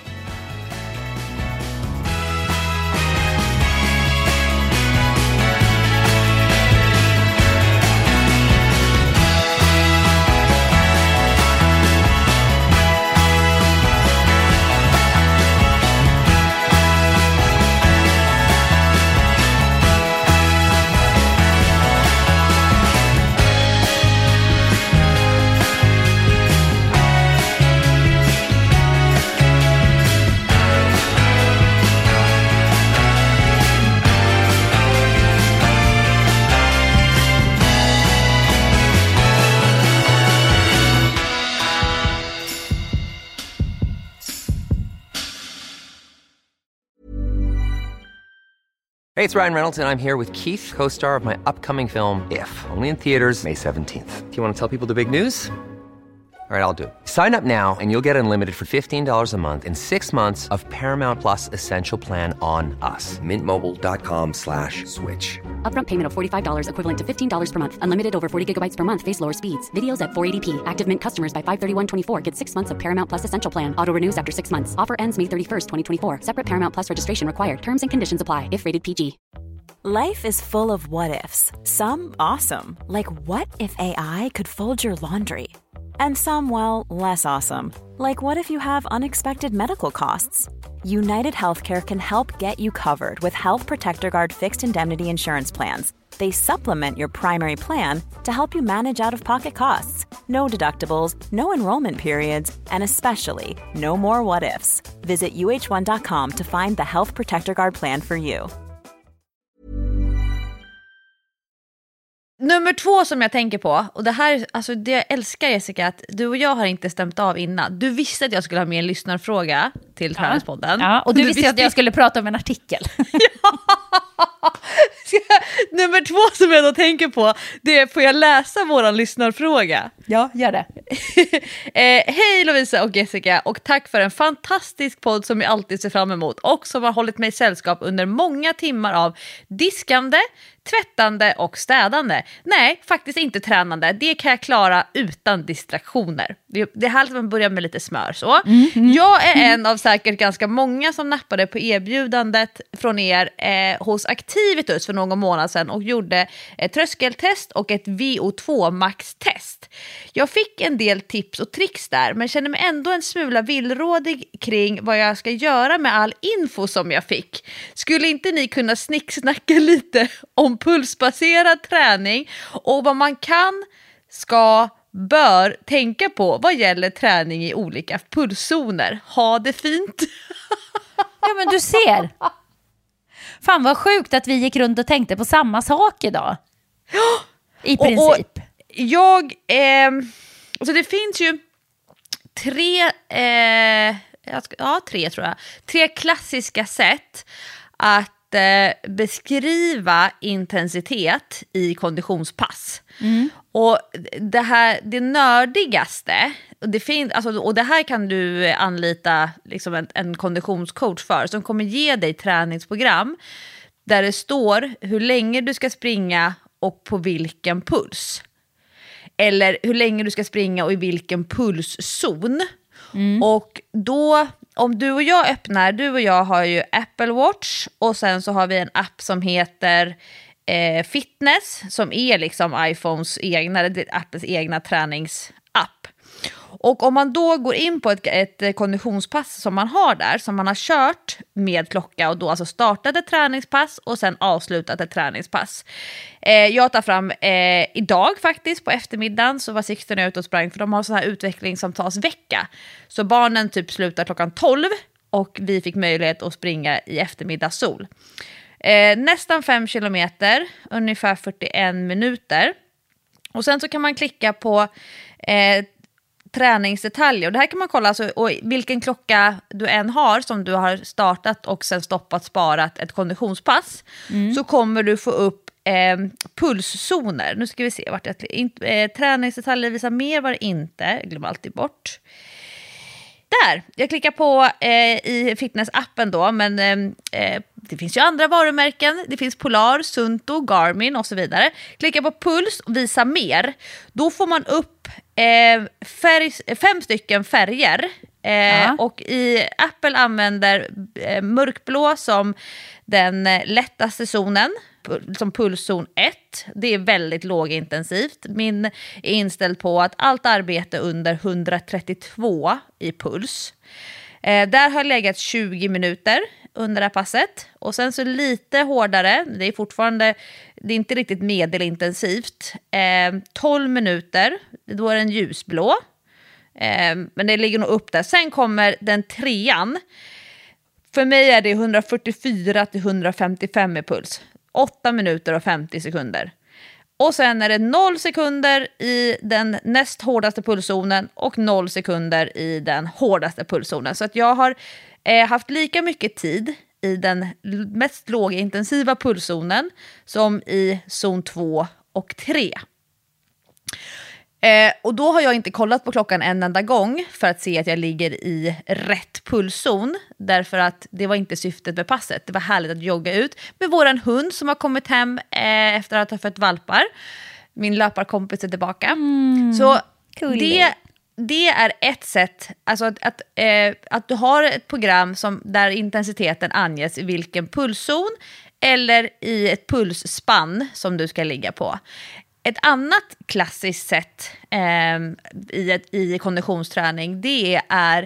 Hey, it's Ryan Reynolds, and I'm here with Keith, co-star of my upcoming film, If, only in theaters May seventeenth. Do you want to tell people the big news? All right, I'll do it. Sign up now and you'll get unlimited for fifteen dollars a month and six months of Paramount Plus Essential Plan on us. Mint Mobile dot com slash switch. Upfront payment of forty-five dollars equivalent to fifteen dollars per month. Unlimited over forty gigabytes per month. Face lower speeds. Videos at four eighty p. Active Mint customers by five thirty-one twenty-four get six months of Paramount Plus Essential Plan. Auto renews after six months. Offer ends May thirty-first, twenty twenty-four. Separate Paramount Plus registration required. Terms and conditions apply if rated P G. Life is full of what-ifs. Some awesome, like what if A I could fold your laundry? And some, well, less awesome, like what if you have unexpected medical costs? United Healthcare can help get you covered with Health Protector Guard fixed indemnity insurance plans. They supplement your primary plan to help you manage out-of-pocket costs. No deductibles, no enrollment periods, and especially no more what-ifs. Visit U H one dot com to find the Health Protector Guard plan for you. Nummer två som jag tänker på, och det här, alltså det jag älskar Jessica, att du och jag har inte stämt av innan. Du visste att jag skulle ha med en lyssnarfråga till ja. Träningspodden. Ja, och du, du visste, visste att jag skulle prata om en artikel. Ja. Nummer två som jag då tänker på, det är, får jag läsa våran lyssnarfråga? Ja, gör det. eh, Hej Lovisa och Jessica, och tack för en fantastisk podd som jag alltid ser fram emot och som har hållit mig sällskap under många timmar av diskande, tvättande och städande. Nej, faktiskt inte tränande. Det kan jag klara utan distraktioner. Det, det är härligt att man börjar med lite smör. Så. Mm, mm, jag är en av säkert ganska många som nappade på erbjudandet från er eh, hos Activitus för någon månad sedan och gjorde ett tröskeltest och ett V O två max-test. Jag fick en del tips och tricks där, men känner mig ändå en smula villrådig kring vad jag ska göra med all info som jag fick. Skulle inte ni kunna snicksnacka lite om pulsbaserad träning och vad man kan, ska, bör tänka på vad gäller träning i olika pulszoner? Ha det fint! Ja, men du ser. Fan vad sjukt att vi gick runt och tänkte på samma sak idag. I princip. Och, och jag, eh, alltså det finns ju tre, eh, ja tre tror jag, tre klassiska sätt att eh, beskriva intensitet i konditionspass. Mm. Och det här, det nördigaste, och det, fin- alltså, och det här kan du anlita liksom en, en konditionscoach för, som kommer ge dig träningsprogram där det står hur länge du ska springa och på vilken puls. Eller hur länge du ska springa och i vilken pulszon. Mm. Och då, om du och jag öppnar, du och jag har ju Apple Watch och sen så har vi en app som heter eh, Fitness, som är liksom iPhones egna, Apples egna träningsapp. Och om man då går in på ett, ett konditionspass som man har där, som man har kört med klocka och då alltså startat ett träningspass och sen avslutat ett träningspass. Eh, jag tar fram eh, idag faktiskt på eftermiddagen så var Sixten ute och sprang, för de har sån här utvecklingssamtalsvecka. Så barnen typ slutar klockan tolv och vi fick möjlighet att springa i eftermiddagssol. Eh, nästan fem kilometer, ungefär fyrtioen minuter. Och sen så kan man klicka på eh, träningsdetaljer. Och det här kan man kolla, alltså, och vilken klocka du än har som du har startat och sen stoppat, sparat ett konditionspass, mm. så kommer du få upp eh, pulszoner. Nu ska vi se vart jag... In, eh, träningsdetaljer visar mer, var det inte. Jag glömmer alltid bort. Där, jag klickar på eh, i fitnessappen då, men eh, det finns ju andra varumärken. Det finns Polar, Sunto, Garmin och så vidare. Klicka på puls och visa mer. Då får man upp eh, färg, fem stycken färger. Eh, ja. Och i Apple använder eh, mörkblå som den eh, lättaste zonen, som pulszon ett. Det är väldigt lågintensivt. Min är inställd på att allt arbete under hundratrettiotvå i puls. Eh, där har jag legat tjugo minuter under det här passet. Och sen så lite hårdare, det är fortfarande, det är inte riktigt medelintensivt. Eh, tolv minuter, då är den ljusblå. Eh, men det ligger nog upp där. Sen kommer den trean. För mig är det hundrafyrtiofyra till hundrafemtiofem i puls. åtta minuter och femtio sekunder. Och sen är det noll sekunder i den näst hårdaste pulszonen och noll sekunder i den hårdaste pulszonen. Så att jag har eh, haft lika mycket tid i den mest lågintensiva pulszonen som i zon två och tre. Eh, och då har jag inte kollat på klockan en enda gång för att se att jag ligger i rätt pulszon, därför att det var inte syftet med passet. Det var härligt att jogga ut med våran hund som har kommit hem eh, efter att ha fött valpar. Min löparkompis är tillbaka. Mm, så det, det är ett sätt, alltså att, att, eh, att du har ett program som, där intensiteten anges i vilken pulszon eller i ett pulsspann som du ska ligga på. Ett annat klassiskt sätt eh, i, ett, i konditionsträning, det är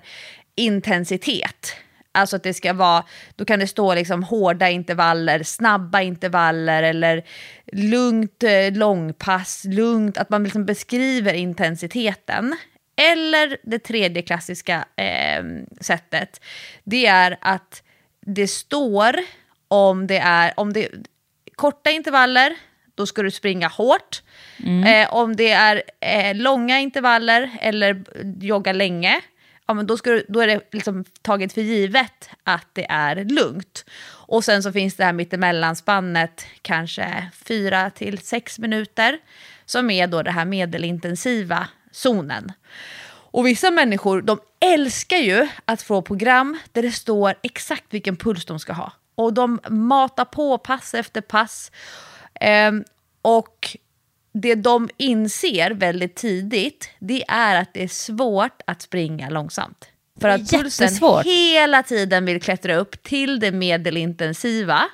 intensitet. Alltså att det ska vara, då kan det stå liksom hårda intervaller, snabba intervaller eller lugnt eh, långpass, lugnt, att man liksom beskriver intensiteten. Eller det tredje klassiska eh, sättet, det är att det står om det är, om det är korta intervaller, då ska du springa hårt. Mm. Eh, om det är eh, långa intervaller eller jogga länge, ja, men då, ska du, då är det liksom taget för givet att det är lugnt. Och sen så finns det här mittemellanspannet, kanske fyra till sex minuter, som är då det här medelintensiva zonen. Och vissa människor, de älskar ju att få program där det står exakt vilken puls de ska ha. Och de matar på pass efter pass. Um, och det de inser väldigt tidigt, det är att det är svårt att springa långsamt. För att pulsen hela tiden vill klättra upp till det medelintensiva.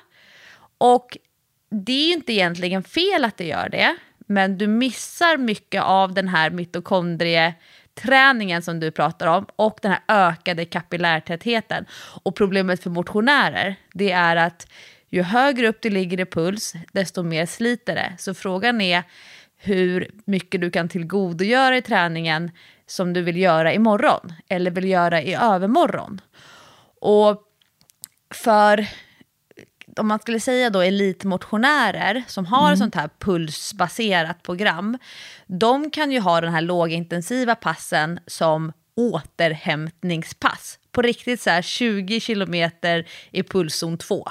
Och det är ju inte egentligen fel att det gör det, men du missar mycket av den här mitokondrieträningen som du pratar om och den här ökade kapillärtätheten. Och problemet för motionärer, det är att ju högre upp du ligger i puls, desto mer sliter det. Så frågan är hur mycket du kan tillgodogöra i träningen som du vill göra imorgon eller vill göra i övermorgon. Och för, om man skulle säga då elitmotionärer som har mm. sånt här pulsbaserat program, de kan ju ha den här lågintensiva passen som återhämtningspass. På riktigt så här tjugo kilometer i pulszon två.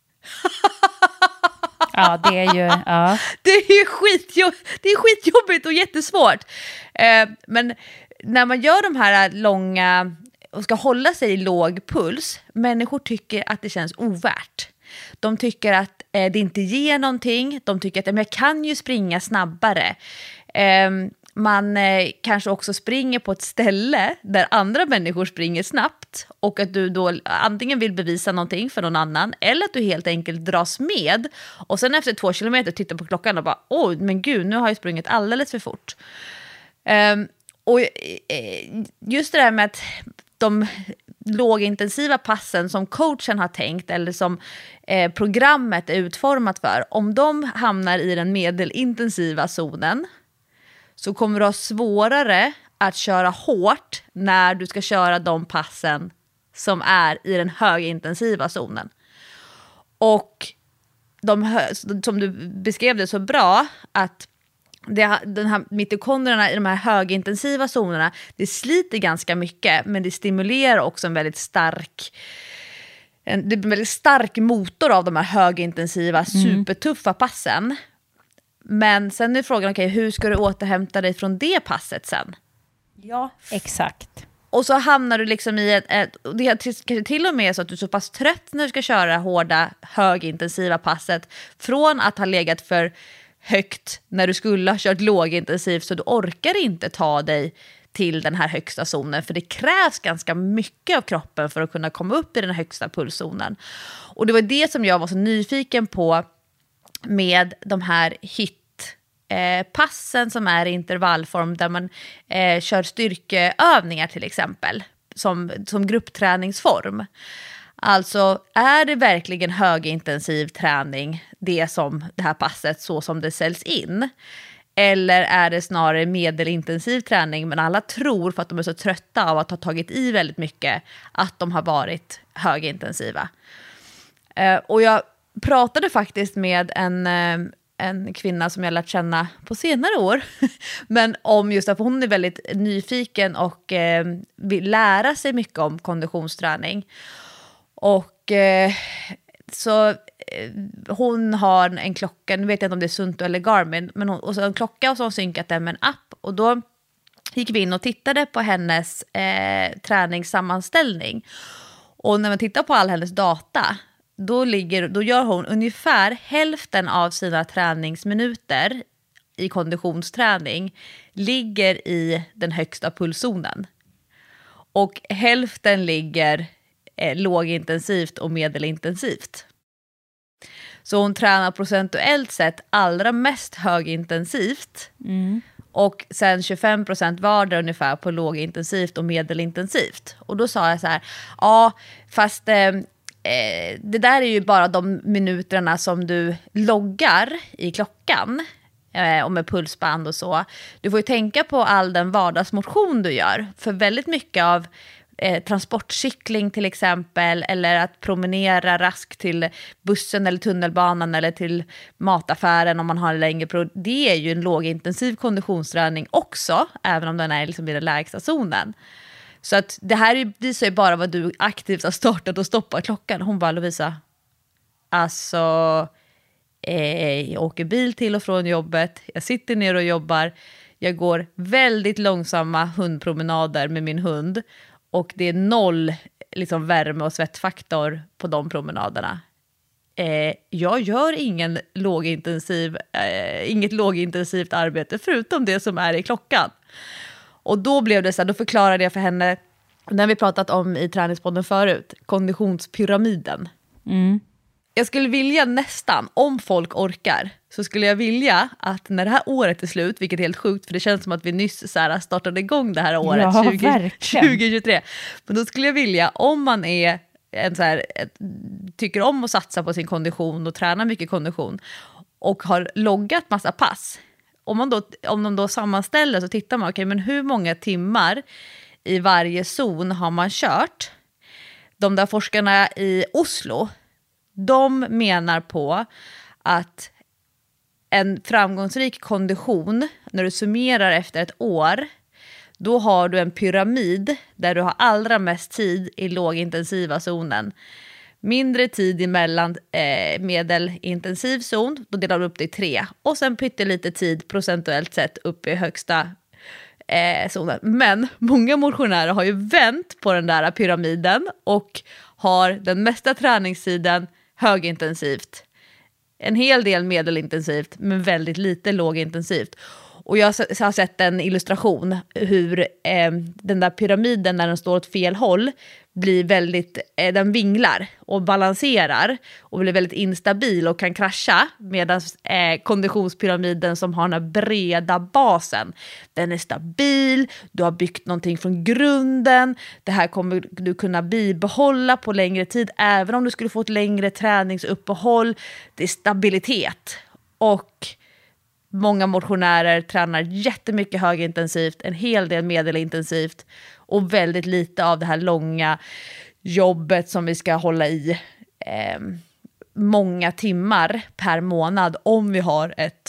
Ja, det är ju ja. Det är ju skitjobb, det är skitjobbigt och jättesvårt. Eh, men när man gör de här långa och ska hålla sig i låg puls, människor tycker att det känns ovärt. De tycker att eh, det inte ger någonting. De tycker att men jag kan ju springa snabbare. Eh, man eh, kanske också springer på ett ställe där andra människor springer snabbt och att du då antingen vill bevisa någonting för någon annan eller att du helt enkelt dras med och sen efter två kilometer tittar på klockan och bara oj, men gud, nu har jag sprungit alldeles för fort. Um, och eh, just det där med att de lågintensiva passen som coachen har tänkt eller som eh, programmet är utformat för, om de hamnar i den medelintensiva zonen så kommer du ha svårare att köra hårt när du ska köra de passen som är i den högintensiva zonen. Och de, som du beskrev det så bra, att det, den här mitokondrierna i de här högintensiva zonerna, det sliter ganska mycket, men det stimulerar också en väldigt stark en, det blir en väldigt stark motor av de här högintensiva, mm. supertuffa passen. Men sen är frågan, okej, okay, hur ska du återhämta dig från det passet sen? Ja, exakt. Och så hamnar du liksom i ett, ett det är kanske till och med så att du är så pass trött när du ska köra hårda, högintensiva passet, från att ha legat för högt när du skulle ha kört lågintensivt, så du orkar inte ta dig till den här högsta zonen, för det krävs ganska mycket av kroppen för att kunna komma upp i den högsta pulszonen. Och det var det som jag var så nyfiken på med de här hit Eh, passen som är i intervallform, där man eh, kör styrkeövningar till exempel som, som gruppträningsform. Alltså, är det verkligen högintensiv träning det som det här passet så som det säljs in? Eller är det snarare medelintensiv träning, men alla tror för att de är så trötta av att ha tagit i väldigt mycket att de har varit högintensiva. Eh, och jag pratade faktiskt med en eh, en kvinna som jag lärt känna på senare år, men om just att hon är väldigt nyfiken och eh, vill lära sig mycket om konditionsträning. Och eh, så eh, hon har en klocka, nu vet jag inte om det är Suunto eller Garmin, men hon, och så en klocka, och så har hon synkat den med en app, och då gick vi in och tittade på hennes eh, träningssammanställning. Och när man tittar på all hennes data, Då, ligger, då gör hon ungefär hälften av sina träningsminuter i konditionsträning ligger i den högsta pulszonen. Och hälften ligger eh, lågintensivt och medelintensivt. Så hon tränar procentuellt sett allra mest högintensivt. Mm. Och sen tjugofem procent var det ungefär på lågintensivt och medelintensivt. Och då sa jag så här, ja fast... Eh, Eh, det där är ju bara de minuterna som du loggar i klockan eh, och med pulsband och så. Du får ju tänka på all den vardagsmotion du gör. För väldigt mycket av eh, transportcykling till exempel, eller att promenera raskt till bussen eller tunnelbanan eller till mataffären om man har en längre pro- det är ju en lågintensiv konditionsträning också, även om den är liksom i den lägsta zonen. Så att det här visar ju bara vad du aktivt har startat och stoppat klockan. Hon bara, Lovisa, alltså eh, jag åker bil till och från jobbet, jag sitter ner och jobbar, jag går väldigt långsamma hundpromenader med min hund, och det är noll liksom, värme- och svettfaktor på de promenaderna. Eh, jag gör ingen lågintensiv, eh, inget lågintensivt arbete förutom det som är i klockan. Och då blev det så här, då förklarade jag för henne, när vi pratat om i träningspodden förut, konditionspyramiden. Mm. Jag skulle vilja nästan, om folk orkar, så skulle jag vilja att när det här året är slut, vilket är helt sjukt för det känns som att vi nyss så här startade igång det här året, ja, tjugo tjugotre. Men då skulle jag vilja, om man är en så här, ett, tycker om att satsa på sin kondition och träna mycket kondition och har loggat massa pass, Om, man då, om de då sammanställer så tittar man, okay, men hur många timmar i varje zon har man kört? De där forskarna i Oslo, de menar på att en framgångsrik kondition, när du summerar efter ett år, då har du en pyramid där du har allra mest tid i lågintensiva zonen. Mindre tid emellan eh, medelintensiv zon, då delar du upp det i tre. Och sen pyttelite tid procentuellt sett upp i högsta eh, zonen. Men många motionärer har ju vänt på den där pyramiden och har den mesta träningstiden högintensivt. En hel del medelintensivt, men väldigt lite lågintensivt. Och jag har sett en illustration hur eh, den där pyramiden, när den står åt fel håll, blir väldigt, eh, den vinglar och balanserar och blir väldigt instabil och kan krascha, medan eh, konditionspyramiden som har den här breda basen, den är stabil, du har byggt någonting från grunden, det här kommer du kunna bibehålla på längre tid, även om du skulle få ett längre träningsuppehåll. Det är stabilitet. Och många motionärer tränar jättemycket högintensivt, en hel del medelintensivt och väldigt lite av det här långa jobbet som vi ska hålla i eh, många timmar per månad om vi har ett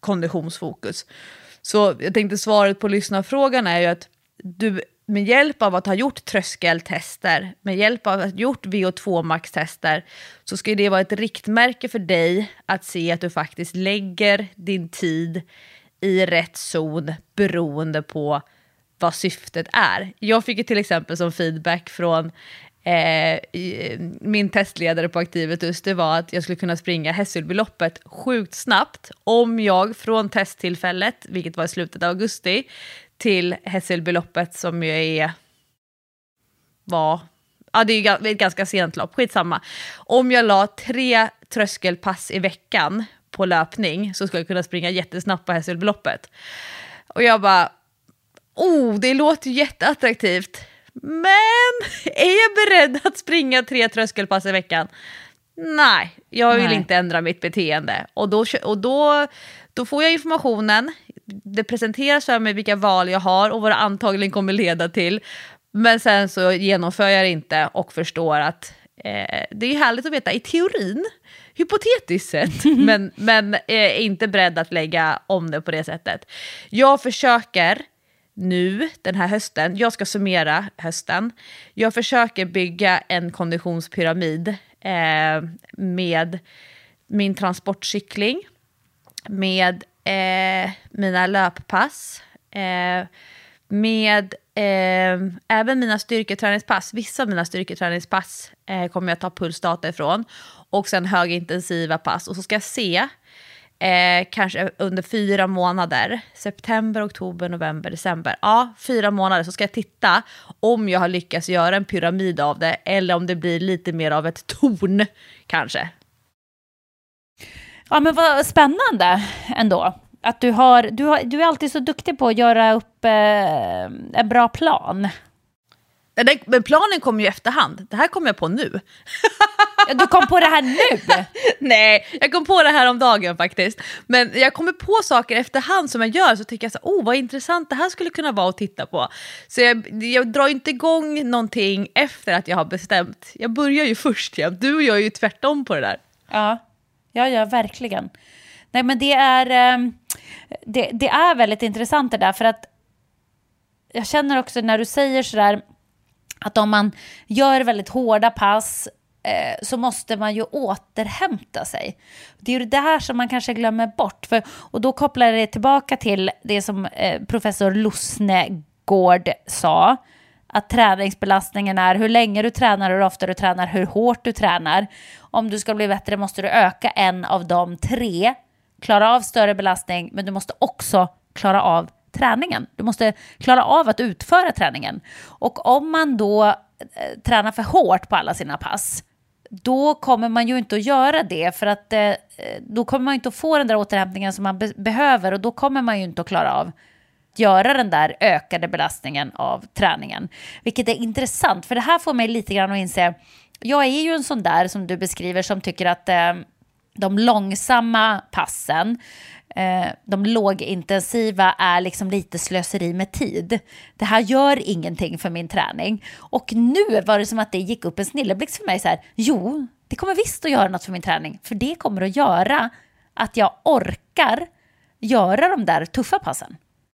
konditionsfokus. Så jag tänkte svaret på lyssnarfrågan är ju att du med hjälp av att ha gjort tröskeltester, med hjälp av att ha gjort V O två max-tester, så ska det vara ett riktmärke för dig att se att du faktiskt lägger din tid i rätt zon beroende på vad syftet är. Jag fick ju till exempel som feedback från eh, min testledare på Activitus, det var att jag skulle kunna springa Hässelbyloppet sjukt snabbt om jag från testtillfället, vilket var i slutet av augusti, till Hässelbyloppet som ju är var, ja det är ju ett ganska sent lopp, skitsamma. Om jag la tre tröskelpass i veckan på löpning så skulle jag kunna springa jättesnabbt på Hässelbyloppet. Och jag bara, oh, det låter ju jätteattraktivt. Men är jag beredd att springa tre tröskelpass i veckan? Nej, jag vill Nej. inte ändra mitt beteende. Och då, och då, då får jag informationen. Det presenteras för mig vilka val jag har och vad det antagligen kommer leda till. Men sen så genomför jag det inte och förstår att eh, det är härligt att veta i teorin, hypotetiskt sett, men, men är inte beredd att lägga om det på det sättet. Jag försöker nu den här hösten, jag ska summera hösten, jag försöker bygga en konditionspyramid eh, med min transportcykling, med eh, mina löppass, eh, med eh, även mina styrketräningspass. Vissa av mina styrketräningspass eh, kommer jag ta pulsdata ifrån, och sen högintensiva pass, och så ska jag se Eh, kanske under fyra månader, september, oktober, november, december, ja, fyra månader, så ska jag titta om jag har lyckats göra en pyramid av det, eller om det blir lite mer av ett torn kanske. Ja, men vad spännande ändå att du har, du har du är alltid så duktig på att göra upp eh, en bra plan. Den, men planen kom ju efterhand. Det här kom jag på nu. Ja, du kom på det här nu? Nej, jag kom på det här om dagen faktiskt. Men jag kommer på saker efterhand som jag gör, så tycker jag så, oh vad intressant det här skulle kunna vara att titta på. Så jag, jag drar inte igång någonting efter att jag har bestämt. Jag börjar ju först, ja. Du och jag är ju tvärtom på det där. Ja, ja, ja verkligen. Nej, men det är, det, det är väldigt intressant det där, för att jag känner också när du säger sådär, att om man gör väldigt hårda pass eh, så måste man ju återhämta sig. Det är ju det här som man kanske glömmer bort. För, och då kopplar det tillbaka till det som eh, professor Lossnegård sa. Att träningsbelastningen är hur länge du tränar, hur ofta du tränar, hur hårt du tränar. Om du ska bli bättre måste du öka en av de tre. Klara av större belastning, men du måste också klara av träningen. Du måste klara av att utföra träningen. Och om man då eh, tränar för hårt på alla sina pass, då kommer man ju inte att göra det, för att eh, då kommer man inte att få den där återhämtningen som man be- behöver, och då kommer man ju inte att klara av att göra den där ökade belastningen av träningen. Vilket är intressant, för det här får mig lite grann att inse, jag är ju en sån där som du beskriver som tycker att eh, de långsamma passen, de lågintensiva är liksom lite slöseri med tid. Det här gör ingenting för min träning. Och nu var det som att det gick upp en snilleblixt för mig så här, jo, det kommer visst att göra något för min träning, för det kommer att göra att jag orkar göra de där tuffa passen.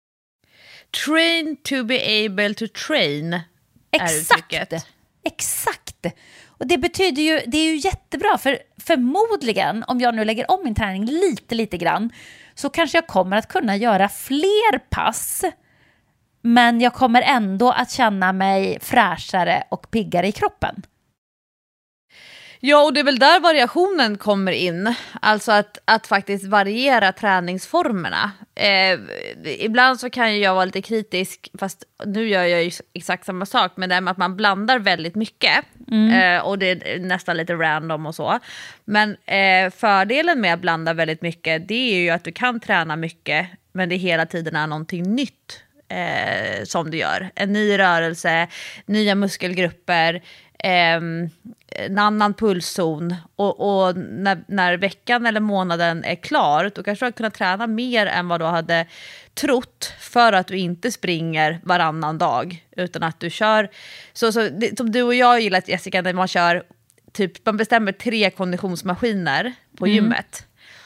Train to be able to train. Exakt. Exakt. Och det betyder ju, det är ju jättebra, för förmodligen om jag nu lägger om min träning lite lite grann, så kanske jag kommer att kunna göra fler pass, men jag kommer ändå att känna mig fräschare och piggare i kroppen. Ja, och det är väl där variationen kommer in. Alltså att, att faktiskt variera träningsformerna. Eh, ibland så kan jag vara lite kritisk, fast nu gör jag ju exakt samma sak, med det med att man blandar väldigt mycket. Mm. Eh, och det är nästan lite random och så. Men eh, fördelen med att blanda väldigt mycket, det är ju att du kan träna mycket, men det hela tiden är någonting nytt eh, som du gör. En ny rörelse, nya muskelgrupper, Eh, en annan pulszon, och, och när, när veckan eller månaden är klar, då kanske du har kunnat träna mer än vad du hade trott, för att du inte springer varannan dag, utan att du kör så, så det, som du och jag gillar, Jessica, när man kör typ, man bestämmer tre konditionsmaskiner på mm. gymmet,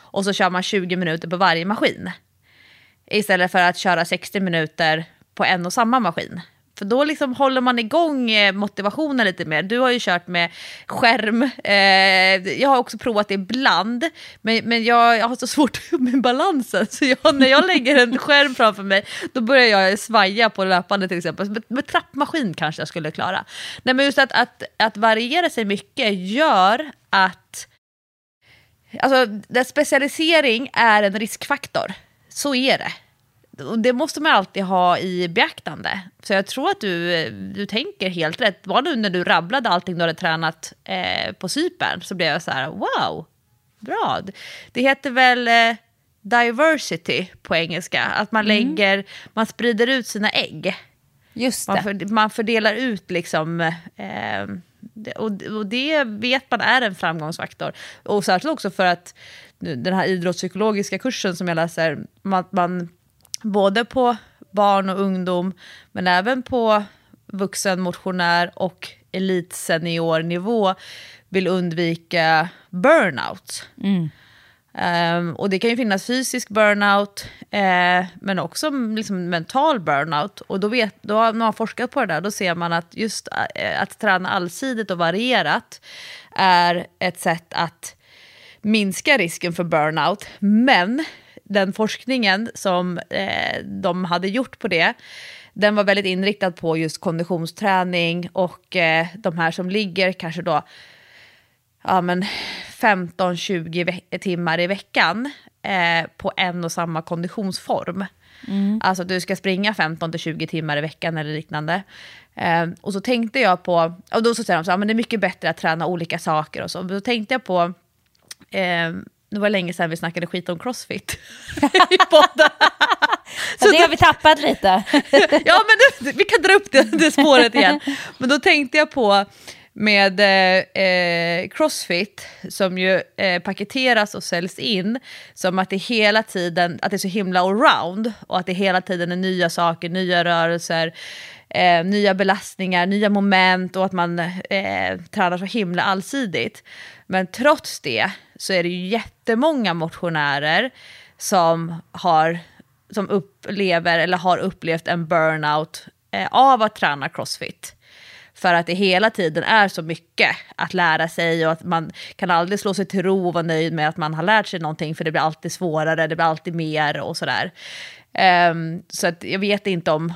och så kör man tjugo minuter på varje maskin. Istället för att köra sextio minuter på en och samma maskin. För då liksom håller man igång motivationen lite mer. Du har ju kört med skärm. Eh, jag har också provat det ibland. Men, men jag, jag har så svårt med balansen. Så jag, när jag lägger en skärm framför mig, då börjar jag svaja på löpande till exempel. Med, med trappmaskin kanske jag skulle klara. Nej, men just att, att, att variera sig mycket gör att... Alltså, där specialisering är en riskfaktor. Så är det. Och det måste man alltid ha i beaktande. Så jag tror att du, du tänker helt rätt. Var nu när du rabblade allting du hade tränat eh, på Cypern, så blev jag så här, wow, bra. Det heter väl eh, diversity på engelska. Att man mm. lägger, man sprider ut sina ägg. Just det. Man, för, man fördelar ut liksom... Eh, och, och det vet man är en framgångsfaktor. Och särskilt också för att den här idrottspsykologiska kursen som jag läser, man, man både på barn och ungdom, men även på vuxen motionär och elitseniornivå vill undvika burnout. Mm. Um, och det kan ju finnas fysisk burnout, eh, men också liksom mental burnout. Och då, vet, då har man forskat på det där, då ser man att just eh, att träna allsidigt och varierat är ett sätt att minska risken för burnout. Men den forskningen som eh, de hade gjort på det, den var väldigt inriktad på just konditionsträning och eh, de här som ligger kanske då ja, men femton till tjugo ve- timmar i veckan eh, på en och samma konditionsform. Mm. Alltså du ska springa femton till tjugo timmar i veckan eller liknande. Eh, och så tänkte jag på, och då så säger de så, ja, men det är mycket bättre att träna olika saker och så. Då tänkte jag på eh, det var länge sedan vi snackade skit om CrossFit i podden. Så det har vi tappat lite. Ja, men det, vi kan dra upp det, det spåret igen. Men då tänkte jag på med eh, CrossFit som ju eh, paketeras och säljs in som att det hela tiden, att det är så himla allround och att det hela tiden är nya saker, nya rörelser, eh, nya belastningar, nya moment och att man eh, tränar så himla allsidigt. Men trots det så är det ju jättemånga motionärer som har som upplever eller har upplevt en burnout eh, av att träna CrossFit. För att det hela tiden är så mycket att lära sig och att man kan aldrig slå sig till ro och vara nöjd med att man har lärt sig någonting, för det blir alltid svårare, det blir alltid mer och sådär. Um, så att jag vet inte om,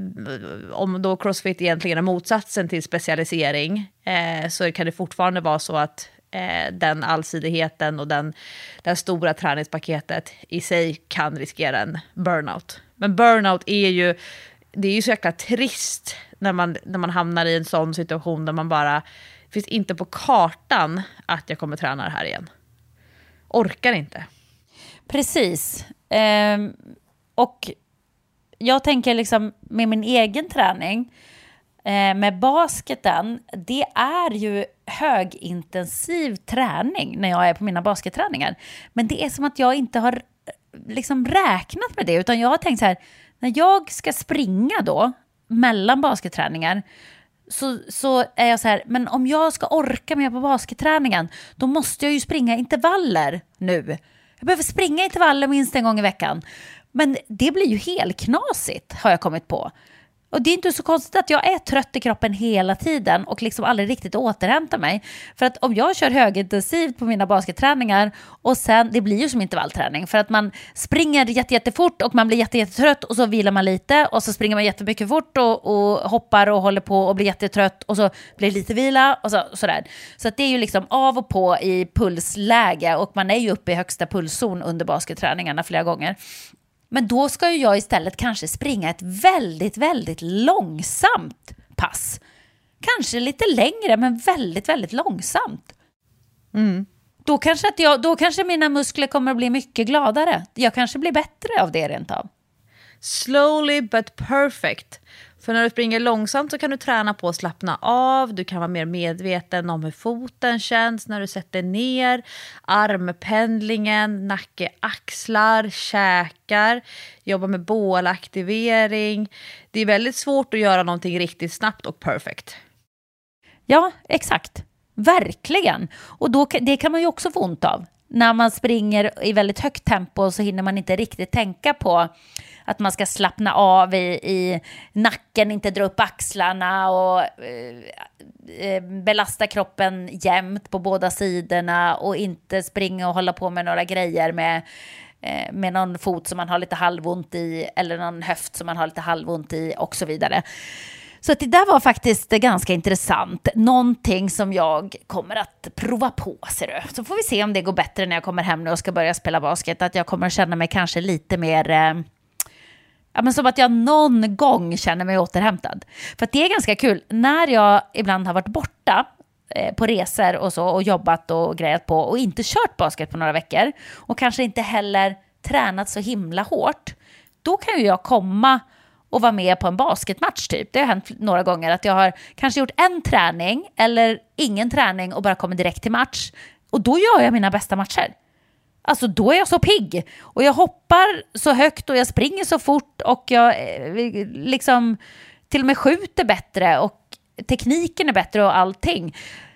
om då CrossFit egentligen är motsatsen till specialisering, eh, så kan det fortfarande vara så att eh, den allsidigheten och den, den stora träningspaketet i sig kan riskera en burnout. Men burnout är ju, det är ju så jäkla trist när man, när man hamnar i en sån situation där man bara, det finns inte på kartan att jag kommer träna det här igen. Orkar inte. Precis. Um... Och jag tänker liksom med min egen träning, eh, med basketen, det är ju högintensiv träning när jag är på mina basketträningar. Men det är som att jag inte har liksom räknat med det, utan jag har tänkt så här, när jag ska springa då mellan basketträningar, så, så är jag så här, men om jag ska orka med på basketträningen, då måste jag ju springa intervaller nu. Jag behöver springa intervaller minst en gång i veckan. Men det blir ju helt knasigt, har jag kommit på. Och det är inte så konstigt att jag är trött i kroppen hela tiden och liksom aldrig riktigt återhämtar mig. För att om jag kör högintensivt på mina basketträningar och sen, det blir ju som intervallträning. För att man springer jätte, jättefort och man blir jätte, jättetrött och så vilar man lite. Och så springer man jättemycket fort och, och hoppar och håller på och blir jättetrött och så blir det lite vila och så, sådär. Så att det är ju liksom av och på i pulsläge och man är ju uppe i högsta pulszon under basketträningarna flera gånger. Men då ska ju jag istället kanske springa ett väldigt, väldigt långsamt pass. Kanske lite längre, men väldigt, väldigt långsamt. Mm. Då, kanske att jag, då kanske mina muskler kommer att bli mycket gladare. Jag kanske blir bättre av det rent av. Slowly but perfect. För när du springer långsamt så kan du träna på att slappna av. Du kan vara mer medveten om hur foten känns när du sätter ner. Armpendlingen, nacke, axlar, käkar. Jobba med bålaktivering. Det är väldigt svårt att göra någonting riktigt snabbt och perfect. Ja, exakt. Verkligen. Och då, det kan man ju också få ont av. när man springer i väldigt högt tempo så hinner man inte riktigt tänka på att man ska slappna av i, i nacken, inte dra upp axlarna och eh, belasta kroppen jämnt på båda sidorna och inte springa och hålla på med några grejer med, eh, med någon fot som man har lite halvont i eller någon höft som man har lite halvont i och så vidare. Så att det där var faktiskt ganska intressant. Någonting som jag kommer att prova på, ser du. Så får vi se om det går bättre när jag kommer hem nu och ska börja spela basket. Att jag kommer att känna mig kanske lite mer... Eh, ja, men som att jag någon gång känner mig återhämtad. För att det är ganska kul. När jag ibland har varit borta eh, på resor och så och jobbat och grejat på och inte kört basket på några veckor och kanske inte heller tränat så himla hårt, då kan ju jag komma och vara med på en basketmatch typ. Det har hänt några gånger att jag har kanske gjort en träning eller ingen träning och bara kommer direkt till match. Och då gör jag mina bästa matcher. Alltså då är jag så pigg. Och jag hoppar så högt och jag springer så fort och jag liksom till och med skjuter bättre och tekniken är bättre och allting.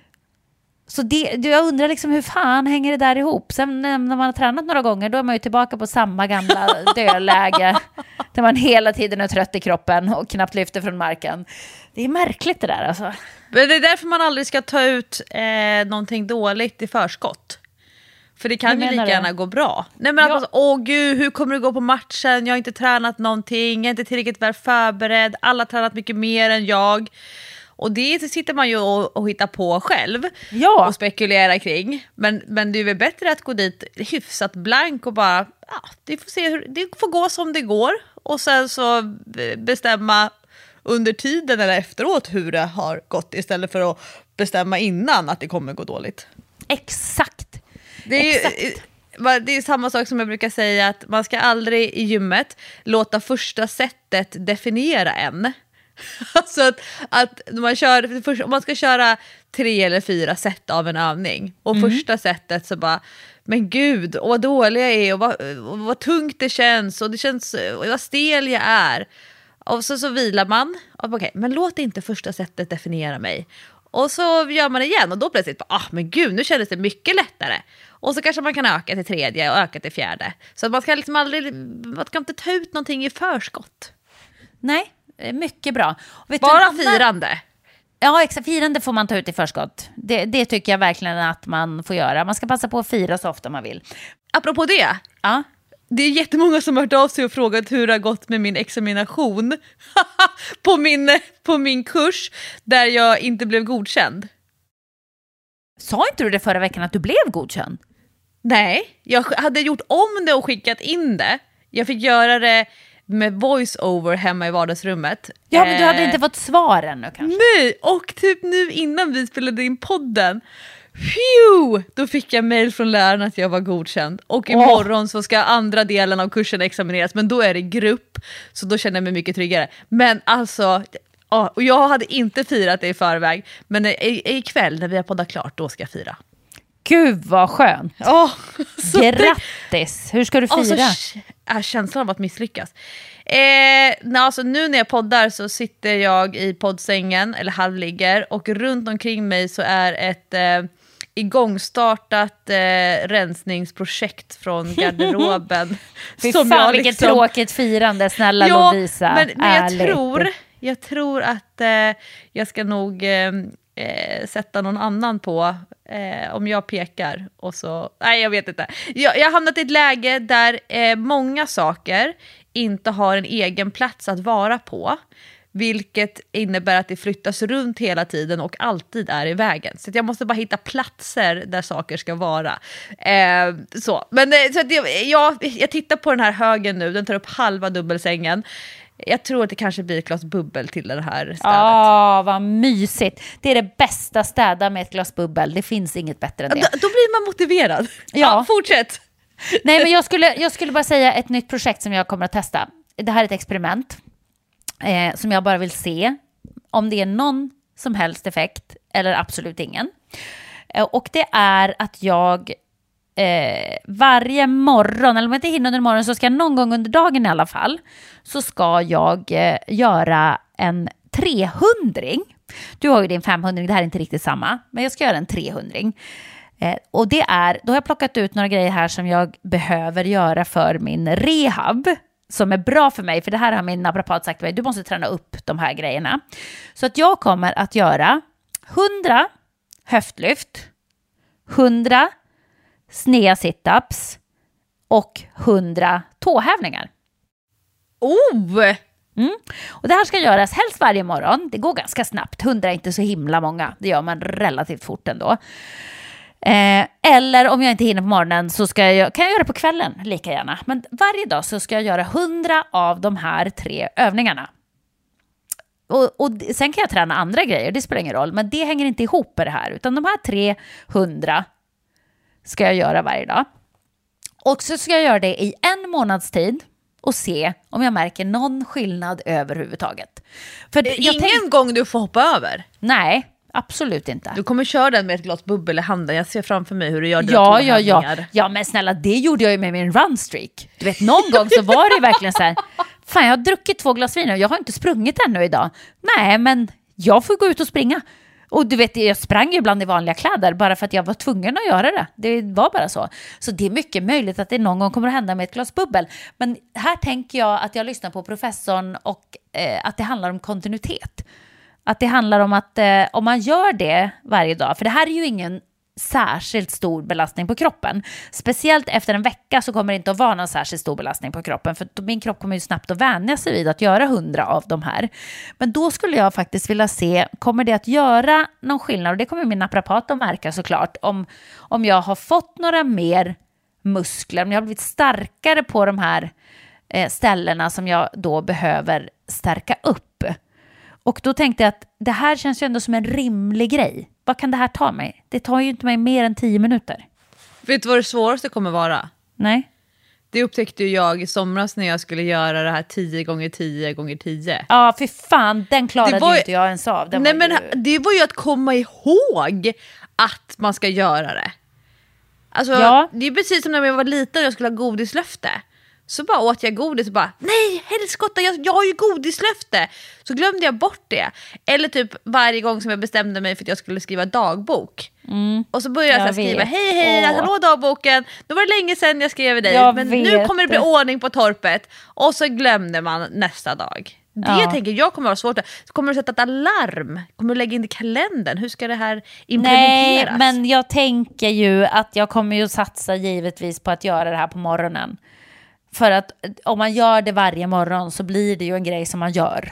Så det, jag undrar liksom hur fan hänger det där ihop? Sen när man har tränat några gånger då är man ju tillbaka på samma gamla dödläge där man hela tiden är trött i kroppen och knappt lyfter från marken. Det är märkligt det där alltså. Men det är därför man aldrig ska ta ut eh, någonting dåligt i förskott. För det kan ju lika gärna gå bra. Nej men ja. Att åh gud, hur kommer det gå på matchen? Jag har inte tränat någonting, jag är inte tillräckligt väl förberedd. Alla har tränat mycket mer än jag. Och det sitter man ju och, och hittar på själv. Ja. Och spekulerar kring. Men, men det är väl bättre att gå dit hyfsat blank och bara, ja, det får se hur, det får gå som det går. Och sen så bestämma under tiden eller efteråt hur det har gått istället för att bestämma innan att det kommer gå dåligt. Exakt. Det är ju, det är samma sak som jag brukar säga, att man ska aldrig i gymmet låta första sättet definiera en. Alltså att, att man, kör, om man ska köra tre eller fyra set av en övning och mm. första sättet så bara, men gud, och vad dålig jag är och vad, och vad tungt det känns och det känns och vad stel jag är. Och så, så vilar man. Okay, men låt inte första sättet definiera mig. Och så gör man det igen och då plötsligt bara, ah, men gud, nu kändes det mycket lättare. Och så kanske man kan öka till tredje och öka till fjärde. Så att man ska liksom aldrig, man ska inte ta ut någonting i förskott. Nej, mycket bra. Vet Bara du, firande. Ja, exakt. Firande får man ta ut i förskott. Det, det tycker jag verkligen att man får göra. Man ska passa på att fira så ofta man vill. Apropå det. Ja. Det är jättemånga som har hört av sig och frågat hur det har gått med min examination på, min, på min kurs där jag inte blev godkänd. Sa inte du det förra veckan att du blev godkänd? Nej, jag hade gjort om det och skickat in det. Jag fick göra det med voice-over hemma i vardagsrummet. Ja, men du hade inte fått svar ännu kanske. Nej, och typ nu innan vi spelade in podden, phew, då fick jag mejl från läraren att jag var godkänd. Och imorgon så ska andra delen av kursen examineras, men då är det grupp, så då känner jag mig mycket tryggare. Men alltså, och jag hade inte firat det i förväg, men ikväll när vi har poddat klart, då ska jag fira. Gud vad skönt. Oh, grattis. Hur ska du fira? Alltså, är känslan av att misslyckas. Eh, na, alltså, nu när jag poddar så sitter jag i poddsängen eller halvligger och runt omkring mig så är ett eh, igångstartat eh, rensningsprojekt från garderoben. Fy fan, jag vilket liksom... tråkigt firande, snälla ja, Lovisa. Men, men jag, tror, jag tror att eh, jag ska nog... Eh, Eh, sätta någon annan på eh, om jag pekar och så, nej jag vet inte. Jag, jag har hamnat i ett läge där eh, många saker inte har en egen plats att vara på, vilket innebär att det flyttas runt hela tiden och alltid är i vägen. Så att jag måste bara hitta platser där saker ska vara. Eh, så. Men så att jag, jag, jag tittar på den här högen nu, den tar upp halva dubbelsängen. Jag tror att det kanske blir ett glas bubbel till det här städet. Ja, vad mysigt. Det är det bästa, städa med ett glas bubbel. Det finns inget bättre än det. Då, då blir man motiverad. Ja, ja fortsätt. Nej, men jag skulle, jag skulle bara säga ett nytt projekt som jag kommer att testa. Det här är ett experiment eh, som jag bara vill se om det är någon som helst effekt eller absolut ingen. Eh, och det är att jag eh, varje morgon, eller om jag inte hinner under morgonen så ska jag någon gång under dagen i alla fall, så ska jag eh, göra en trehundring. Du har ju din femhundring, det här är inte riktigt samma, men jag ska göra en trehundring. Eh, och det är, då har jag plockat ut några grejer här som jag behöver göra för min rehab. Som är bra för mig, för det här har min naprapat sagt till mig. Du måste träna upp de här grejerna. Så att jag kommer att göra hundra höftlyft, hundra snea situps och hundra tåhävningar. Oh! Mm. Och det här ska göras helst varje morgon. Det går ganska snabbt. hundra är inte så himla många. Det gör man relativt fort ändå. Eh, eller om jag inte hinner på morgonen så ska jag, kan jag göra det på kvällen lika gärna. Men varje dag så ska jag göra hundra av de här tre övningarna. Och, och sen kan jag träna andra grejer, det spelar ingen roll. Men det hänger inte ihop med det här. Utan de här tre hundra ska jag göra varje dag. Och så ska jag göra det i en månads tid. Och se om jag märker någon skillnad överhuvudtaget. För det är jag ingen tänk... gång du får hoppa över? Nej, absolut inte. Du kommer köra den med ett glas bubbel i handen. Jag ser framför mig hur du gör det. Ja, ja, ja. Ja, men snälla, det gjorde jag ju med min runstreak. Du vet, någon gång så var det ju verkligen så här. Fan, jag har druckit två glas vin och jag har inte sprungit ännu idag. Nej, men jag får gå ut och springa. Och du vet, jag sprang ju ibland i vanliga kläder bara för att jag var tvungen att göra det. Det var bara så. Så det är mycket möjligt att det någon gång kommer att hända med ett glas bubbel. Men här tänker jag att jag lyssnar på professorn och eh, att det handlar om kontinuitet. Att det handlar om att eh, om man gör det varje dag, för det här är ju ingen särskilt stor belastning på kroppen. Speciellt efter en vecka så kommer det inte att vara någon särskilt stor belastning på kroppen, för min kropp kommer ju snabbt att vänja sig vid att göra hundra av de här. Men då skulle jag faktiskt vilja se, kommer det att göra någon skillnad? Och det kommer min naprapat att märka såklart, om, om jag har fått några mer muskler, om jag har blivit starkare på de här eh, ställena som jag då behöver stärka upp. Och då tänkte jag att det här känns ju ändå som en rimlig grej. Vad kan det här ta mig? Det tar ju inte mig mer än tio minuter. Vet du vad det svåraste kommer vara? Nej. Det upptäckte ju jag i somras när jag skulle göra det här tio gånger tio gånger tio. Ja, för fan, den klarade var ju inte jag ens av. Den nej, var men ju... det var ju att komma ihåg att man ska göra det. Alltså, ja. Det är precis som när jag var liten och jag skulle ha godislöfte. Så bara åt jag godis och bara, nej helskotta, jag, jag har ju godislöfte. Så glömde jag bort det. Eller typ varje gång som jag bestämde mig för att jag skulle skriva dagbok. Mm. Och så började jag, jag skriva, vet. hej hej, Åh. hallå dagboken. Nu var det länge sedan jag skrev dig, jag men vet. Nu kommer det bli ordning på torpet. Och så glömde man nästa dag. Det ja. tänker jag kommer vara svårt. Kommer du sätta ett alarm? Kommer du lägga in i kalendern? Hur ska det här implementeras? Nej, men jag tänker ju att jag kommer ju satsa givetvis på att göra det här på morgonen. För att om man gör det varje morgon så blir det ju en grej som man gör.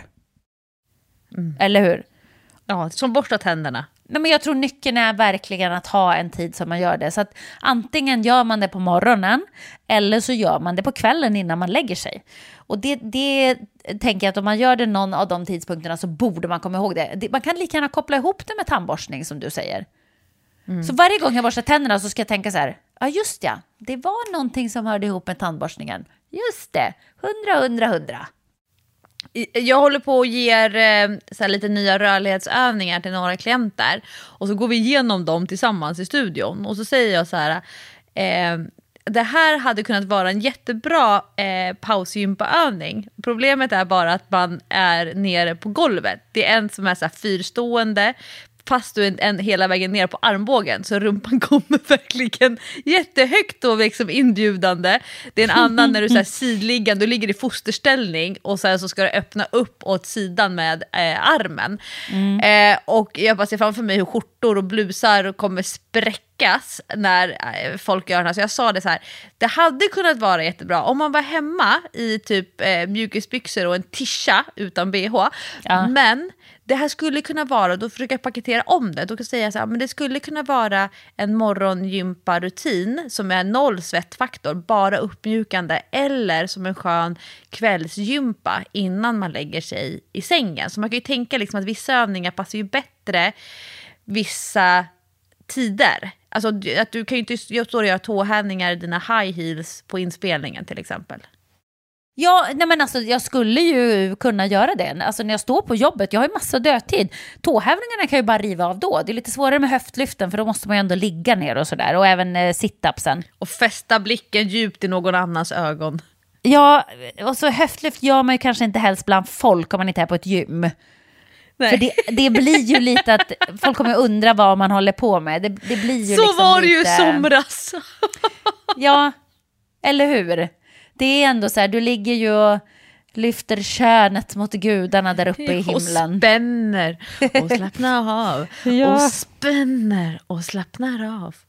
Mm. Eller hur? Ja, som borsta tänderna. Nej, men jag tror nyckeln är verkligen att ha en tid som man gör det. Så att antingen gör man det på morgonen eller så gör man det på kvällen innan man lägger sig. Och det, det tänker jag att om man gör det någon av de tidpunkterna så borde man komma ihåg det. Man kan lika gärna koppla ihop det med tandborstning som du säger. Mm. Så varje gång jag borstar tänderna så ska jag tänka så här, ja just ja, det var någonting som hörde ihop med tandborstningen. Just det, hundra, hundra, hundra. Jag håller på och ger eh, så här, lite nya rörlighetsövningar till några klienter. Och så går vi igenom dem tillsammans i studion. Och så säger jag så här, eh, det här hade kunnat vara en jättebra eh, pausgympaövning. Problemet är bara att man är nere på golvet. Det är en som är så här fyrstående, fast du är en, hela vägen ner på armbågen, så rumpan kommer verkligen jättehögt och liksom inbjudande. Det är en annan när du är så här sidliggande, du ligger i fosterställning och så, här så ska du öppna upp åt sidan med eh, armen. Mm. Eh, och jag bara ser framför mig hur skjortor och blusar kommer spräckas när eh, folk gör det här. Så jag sa det så här, det hade kunnat vara jättebra om man var hemma i typ eh, mjukisbyxor och en tisha utan B H. Ja. Men det här skulle kunna vara, då försöker jag paketera om det. Då kan jag säga så här, men det skulle kunna vara en morgongympa-rutin som är noll svettfaktor, bara uppmjukande, eller som en skön kvällsgympa innan man lägger sig i sängen. Så man kan ju tänka liksom att vissa övningar passar ju bättre vissa tider. Alltså att du kan ju inte stå och göra tåhävningar i dina high heels på inspelningen till exempel. Ja, nej men alltså jag skulle ju kunna göra det. Alltså när jag står på jobbet, jag har ju massa dödtid. Tåhävningarna kan ju bara riva av då. Det är lite svårare med höftlyften för då måste man ju ändå ligga ner och sådär. Och även eh, sit-upsen. Och fästa blicken djupt i någon annans ögon. Ja, och så höftlyft gör man ju kanske inte helst bland folk om man inte är på ett gym. Nej. För det, det blir ju lite att folk kommer undra vad man håller på med. Det, det blir ju så liksom var det lite... ju somras. Ja, eller hur? Det är ändå så här, du ligger ju och lyfter könet mot gudarna där uppe i himlen. Och spänner och slappnar av. ja. Och spänner och slappnar av.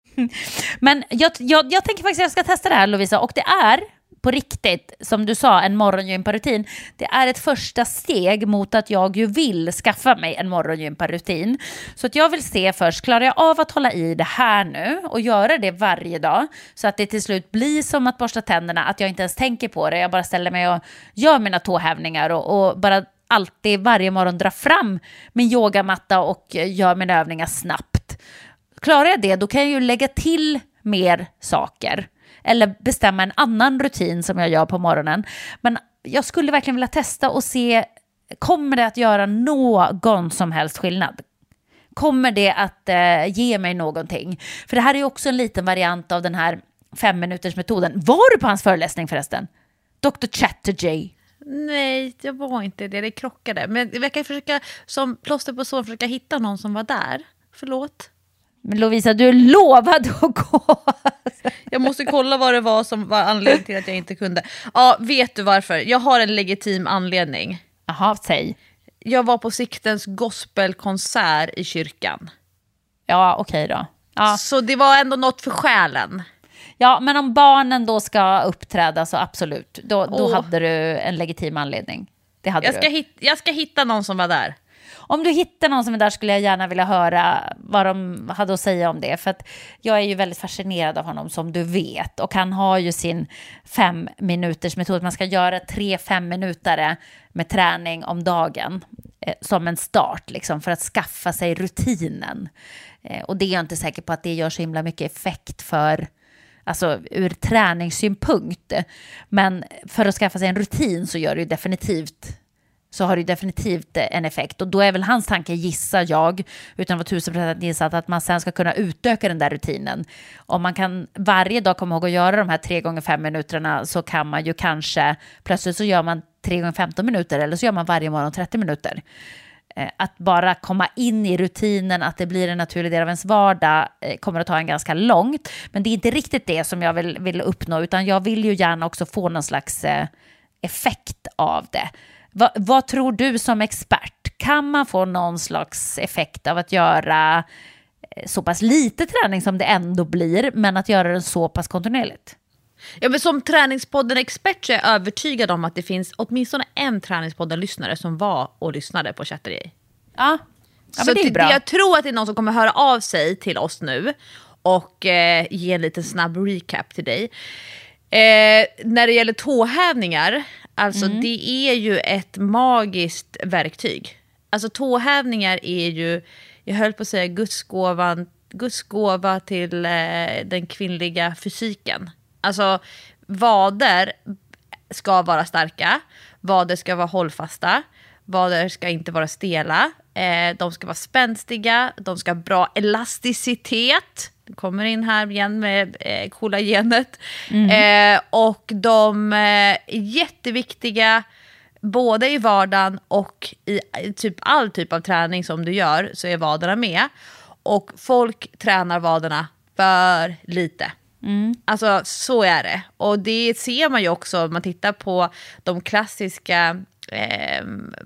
Men jag, jag, jag tänker faktiskt att jag ska testa det här, Lovisa. Och det är på riktigt, som du sa, en morgongymparutin. Det är ett första steg mot att jag ju vill skaffa mig en morgongymparutin. Så att jag vill se först, klarar jag av att hålla i det här nu och göra det varje dag så att det till slut blir som att borsta tänderna, att jag inte ens tänker på det. Jag bara ställer mig och gör mina tåhävningar och, och bara alltid varje morgon drar fram min yogamatta och gör mina övningar snabbt. Klarar jag det, då kan jag ju lägga till mer saker. Eller bestämma en annan rutin som jag gör på morgonen. Men jag skulle verkligen vilja testa och se, kommer det att göra någon som helst skillnad? Kommer det att eh, ge mig någonting? För det här är ju också en liten variant av den här fem minuters metoden. Var du på hans föreläsning förresten? doktor Chatterjee. Nej, jag var inte det. Det krockade. Men jag kan försöka, som plåster på såren, försöka hitta någon som var där. Förlåt. Men Lovisa, du lovade att gå. Jag måste kolla vad det var som var anledningen till att jag inte kunde. Ja, vet du varför? Jag har en legitim anledning. Jaha, säg. Jag var på Siktens gospelkonsert i kyrkan. Ja, okej okay då. Ja. Så det var ändå något för själen. Ja, men om barnen då ska uppträda så absolut. Då, då oh. hade du en legitim anledning. Det hade jag, ska du. Hit, jag ska hitta någon som var där. Om du hittar någon som är där skulle jag gärna vilja höra vad de hade att säga om det. För att jag är ju väldigt fascinerad av honom, som du vet. Och han har ju sin fem minuters metod. Man ska göra tre fem minuter med träning om dagen. Eh, som en start liksom, för att skaffa sig rutinen. Eh, och det är jag inte säker på att det gör så himla mycket effekt för... Alltså ur träningssynpunkt. Men för att skaffa sig en rutin så gör det ju definitivt... så har det definitivt en effekt. Och då är väl hans tanke, gissar jag, utan att vara tusen procent gissat, att man sen ska kunna utöka den där rutinen. Om man kan varje dag komma ihåg att göra de här tre gånger fem minuterna, så kan man ju kanske, plötsligt så gör man tre gånger femton minuter, eller så gör man varje morgon trettio minuter. Att bara komma in i rutinen, att det blir en naturlig del av ens vardag, kommer att ta en ganska långt. Men det är inte riktigt det som jag vill, vill uppnå, utan jag vill ju gärna också få någon slags effekt av det. Va, vad tror du som expert? Kan man få någon slags effekt av att göra så pass lite träning som det ändå blir, men att göra den så pass kontinuerligt? Ja, men som Träningspodden-expert så är jag övertygad om att det finns åtminstone en Träningspodden-lyssnare som var och lyssnade på Chatterjee. Ja, ja så men det är bra. Jag tror att det är någon som kommer höra av sig till oss nu och eh, ge en liten snabb recap till dig. Eh, när det gäller tåhävningar, alltså mm. det är ju ett magiskt verktyg. Alltså tåhävningar är ju, jag höll på att säga Guds gåvan, Guds gåva till eh, den kvinnliga fysiken. Alltså vader ska vara starka, vader ska vara hållfasta, vader ska inte vara stela, eh, de ska vara spänstiga, de ska ha bra elasticitet. Det kommer in här igen med eh, kollagenet. Mm. Eh, och de eh, är jätteviktiga både i vardagen och i, i typ all typ av träning som du gör, så är vaderna med. Och folk tränar vaderna för lite. Mm. Alltså så är det. Och det ser man ju också om man tittar på de klassiska eh,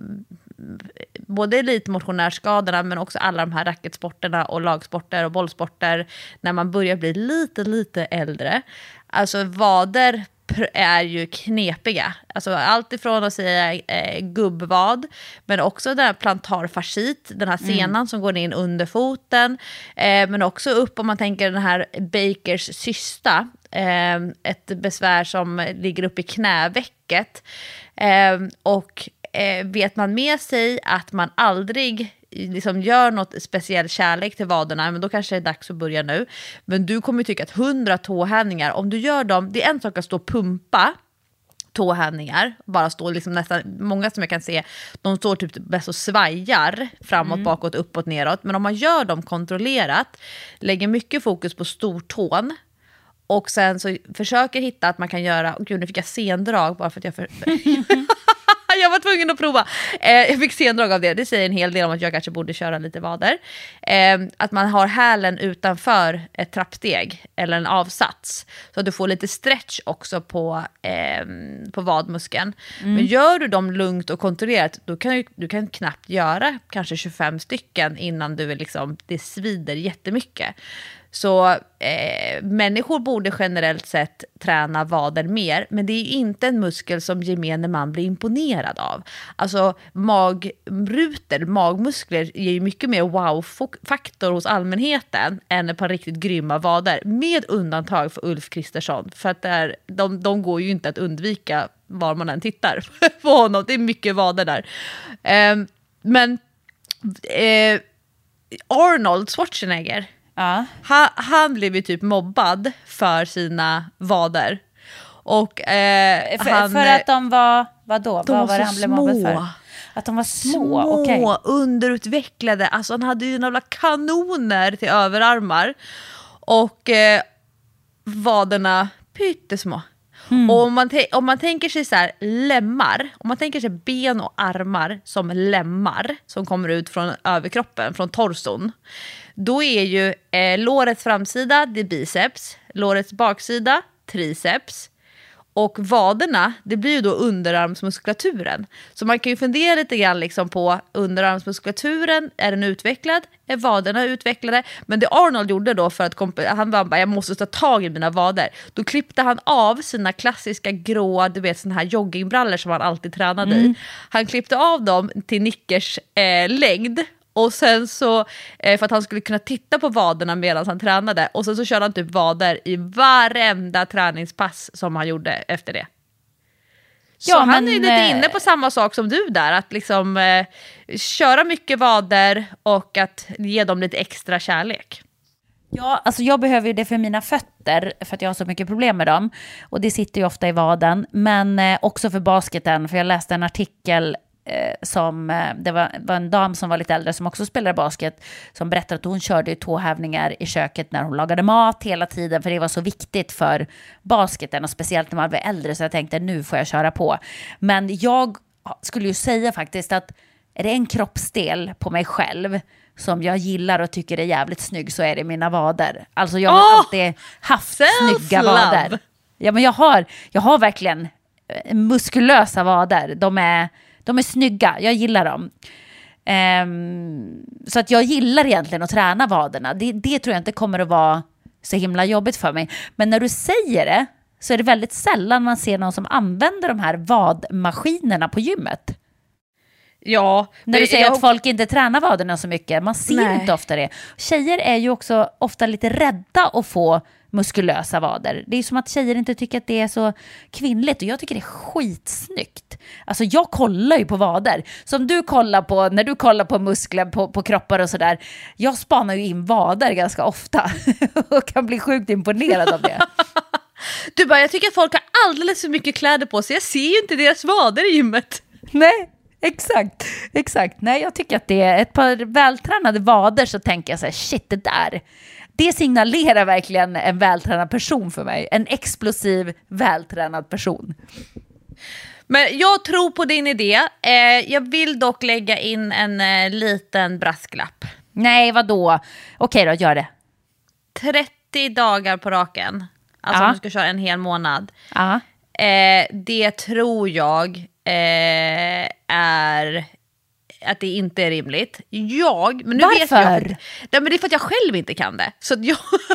både elitmotionärskadorna, men också alla de här racketsporterna och lagsporter och bollsporter när man börjar bli lite lite äldre. Alltså vader är ju knepiga. Alltså allt ifrån att säga eh, gubbvad, men också den här plantarfascit, den här senan mm. som går in under foten, eh, men också upp om man tänker den här Bakers cysta, eh, ett besvär som ligger upp i knävecket. Eh, och eh, vet man med sig att man aldrig liksom gör något speciell kärlek till vaderna, men då kanske det är dags att börja nu. Men du kommer tycka att hundra tåhävningar, om du gör dem, det är en sak att stå och pumpa tåhävningar, bara stå liksom nästan, många som jag kan se, de står typ bäst och svajar framåt, mm. bakåt, uppåt, neråt. Men om man gör dem kontrollerat, lägger mycket fokus på stortån och sen så försöker hitta att man kan göra, oh, gud nu fick jag sendrag bara för att jag för... Jag var tvungen att prova. Eh, jag fick sendrag av det. Det säger en hel del om att jag kanske borde köra lite vader. Eh, att man har hälen utanför ett trappsteg eller en avsats. Så att du får lite stretch också på, eh, på vadmuskeln. Mm. Men gör du dem lugnt och kontrollerat, då kan du, du kan knappt göra kanske tjugofem stycken innan du är liksom, det svider jättemycket. Så eh, människor borde generellt sett träna vader mer, men det är ju inte en muskel som gemene man blir imponerad av. Alltså magrutor, magmuskler ger ju mycket mer wow-faktor hos allmänheten än ett par riktigt grymma vader, med undantag för Ulf Kristersson, för att där, de, de går ju inte att undvika var man än tittar på honom. Det är mycket vader där. Eh, men eh, Arnold Schwarzenegger, Ja. Han, han blev ju typ mobbad för sina vader. Och, eh, för, han, för att de var, vadå? de vad var, var det så han blev små. mobbad för? Att de var små, Små, okej. underutvecklade. Alltså han hade ju några kanoner till överarmar. Och eh, vaderna pyttesmå. Mm. Och om man, te- om man tänker sig så här lemmar, om man tänker sig ben och armar som lemmar som kommer ut från överkroppen, från torson, då är ju eh, lårets framsida, det är biceps, lårets baksida, triceps, och vaderna, det blir ju då underarmsmuskulaturen. Så man kan ju fundera lite grann liksom på underarmsmuskulaturen, är den utvecklad? Är vaderna utvecklade? Men det Arnold gjorde då, för att komp- han var bara, jag måste ta tag i mina vader. Då klippte han av sina klassiska gråa, du vet, såna här joggingbrallor som han alltid tränade mm. i. Han klippte av dem till nickers eh, längd. Och sen så, eh, för att han skulle kunna titta på vaderna medan han tränade. Och sen så körde han typ vader i varenda träningspass som han gjorde efter det. Så ja, han men, är lite eh, inne på samma sak som du där. Att liksom eh, köra mycket vader och att ge dem lite extra kärlek. Ja, alltså jag behöver ju det för mina fötter för att jag har så mycket problem med dem. Och det sitter ju ofta i vaden. Men eh, också för basketen, för jag läste en artikel som, det var, var en dam som var lite äldre som också spelade basket, som berättade att hon körde tåhävningar i köket när hon lagade mat hela tiden, för det var så viktigt för basketen, och speciellt när man var äldre, så jag tänkte nu får jag köra på. Men jag skulle ju säga faktiskt att är det en kroppsdel på mig själv som jag gillar och tycker är jävligt snygg, så är det mina vader. Alltså jag har oh, alltid haft snygga vader. Ja, men jag har, jag har verkligen muskulösa vader. De är De är snygga, jag gillar dem. Um, så att jag gillar egentligen att träna vaderna. Det, det tror jag inte kommer att vara så himla jobbigt för mig. Men när du säger det så är det väldigt sällan man ser någon som använder de här vadmaskinerna på gymmet. Ja. När du säger jag... att folk inte tränar vaderna så mycket. Man ser Nej. inte ofta det. Tjejer är ju också ofta lite rädda att få muskulösa vader. Det är som att tjejer inte tycker att det är så kvinnligt, och jag tycker det är skitsnyggt. Alltså jag kollar ju på vader. Som du kollar på, när du kollar på muskler på, på kroppar och sådär. Jag spanar ju in vader ganska ofta och kan bli sjukt imponerad av det. Du bara, jag tycker att folk har alldeles för mycket kläder på sig. Jag ser ju inte deras vader i gymmet. Nej, exakt. Exakt. Nej, jag tycker att det är ett par vältränade vader, så tänker jag så här, shit, det där. Det signalerar verkligen en vältränad person för mig. En explosiv, vältränad person. Men jag tror på din idé. Eh, jag vill dock lägga in en eh, liten brasklapp. Nej, vadå? Okej då, gör det. trettio dagar på raken. Alltså om du ska köra en hel månad. Ja. Eh, det tror jag eh, är... att det inte är rimligt. Jag, men nu Varför? vet jag, nej, men det är för att jag själv inte kan det. Så att jag,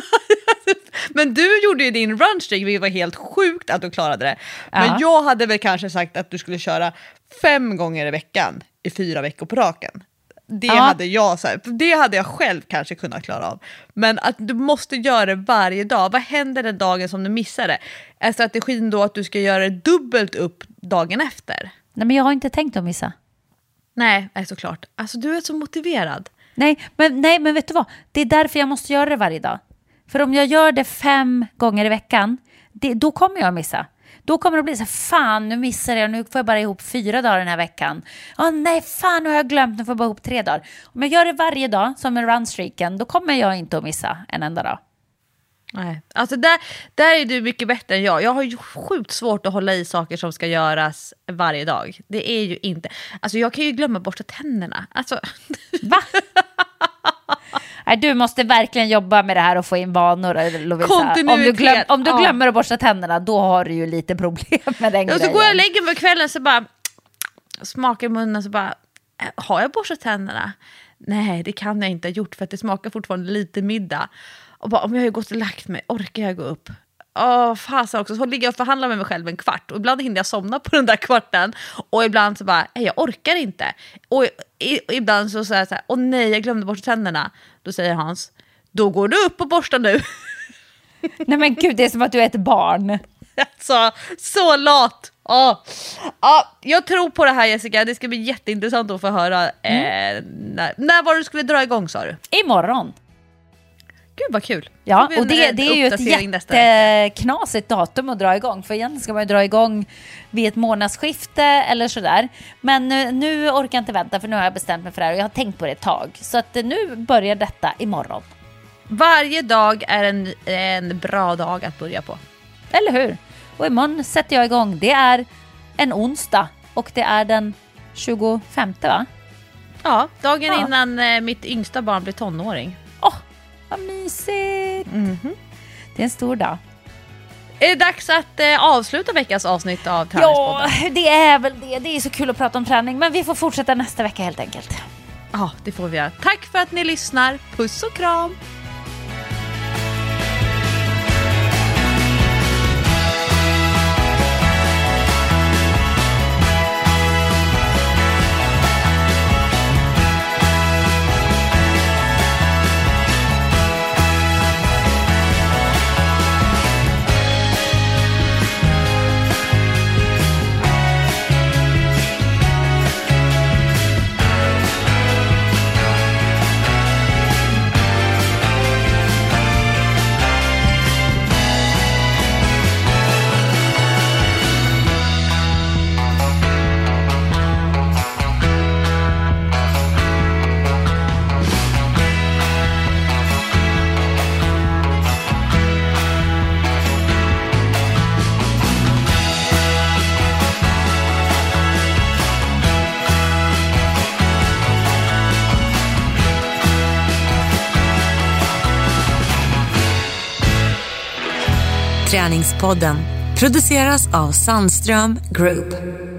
men du gjorde ju din runstreak, vilket var helt sjukt att du klarade det. Men ja. jag hade väl kanske sagt att du skulle köra fem gånger i veckan i fyra veckor på raken. Det, ja. hade jag, så här, det hade jag själv kanske kunnat klara av. Men att du måste göra det varje dag. Vad händer den dagen som du missar det? Är strategin då att du ska göra det dubbelt upp dagen efter? Nej, men jag har inte tänkt att missa. Nej, såklart. Alltså du är så motiverad. Nej men, nej, men vet du vad? Det är därför jag måste göra det varje dag. För om jag gör det fem gånger i veckan, det, då kommer jag missa. Då kommer det bli så här, fan nu missar jag, nu får jag bara ihop fyra dagar den här veckan. Åh nej, fan nu har jag glömt, nu får jag bara ihop tre dagar. Om jag gör det varje dag, som en runstreaken, då kommer jag inte att missa en enda dag. Nej, alltså där, där är du mycket bättre än jag. Jag har ju sjukt svårt att hålla i saker som ska göras varje dag. Det är ju inte... Alltså jag kan ju glömma borsta tänderna. Alltså... Va? Nej, du måste verkligen jobba med det här och få in vanor, Lovisa. Om du, glöm, om du glömmer ja. att borsta tänderna, då har du ju lite problem med den grejen. Och så går jag och lägger mig på kvällen så bara smakar i munnen så bara, har jag borstat tänderna? Nej, det kan jag inte ha gjort för att det smakar fortfarande lite middag. Och bara, om jag har gått och lagt mig, orkar jag gå upp? Åh, fasen också. Så ligger jag och förhandlar med mig själv en kvart. Och ibland hinner jag somna på den där kvarten. Och ibland så bara, jag orkar inte. Och, i, och ibland så säger jag så här, åh nej, jag glömde borsta tänderna. Då säger Hans, då går du upp och borstar nu. Nej men gud, det är som att du är ett barn. Alltså, så lat. Oh. Ja, jag tror på det här, Jessica. Det ska bli jätteintressant att få höra. Mm. Eh, när, när var du skulle dra igång, sa du? Imorgon. Gud vad kul. Ja, och det, det är ju ett jätteknasigt datum att dra igång. För egentligen ska man ju dra igång vid ett månadsskifte eller sådär. Men nu, nu orkar jag inte vänta, för nu har jag bestämt mig för det här och jag har tänkt på det ett tag. Så att nu börjar detta imorgon. Varje dag är en, en bra dag att börja på. Eller hur? Och imorgon sätter jag igång. Det är en onsdag och det är den tjugofemte, va? Ja, dagen ja. innan eh, mitt yngsta barn blir tonåring. Åh, oh, vad mysigt. Mm-hmm. Det är en stor dag. Är det dags att eh, avsluta veckans avsnitt av Träningspodden? Ja, det är väl det. Det är så kul att prata om träning. Men vi får fortsätta nästa vecka helt enkelt. Ja, det får vi göra. Tack för att ni lyssnar. Puss och kram. Träningspodden produceras av Sandström Group.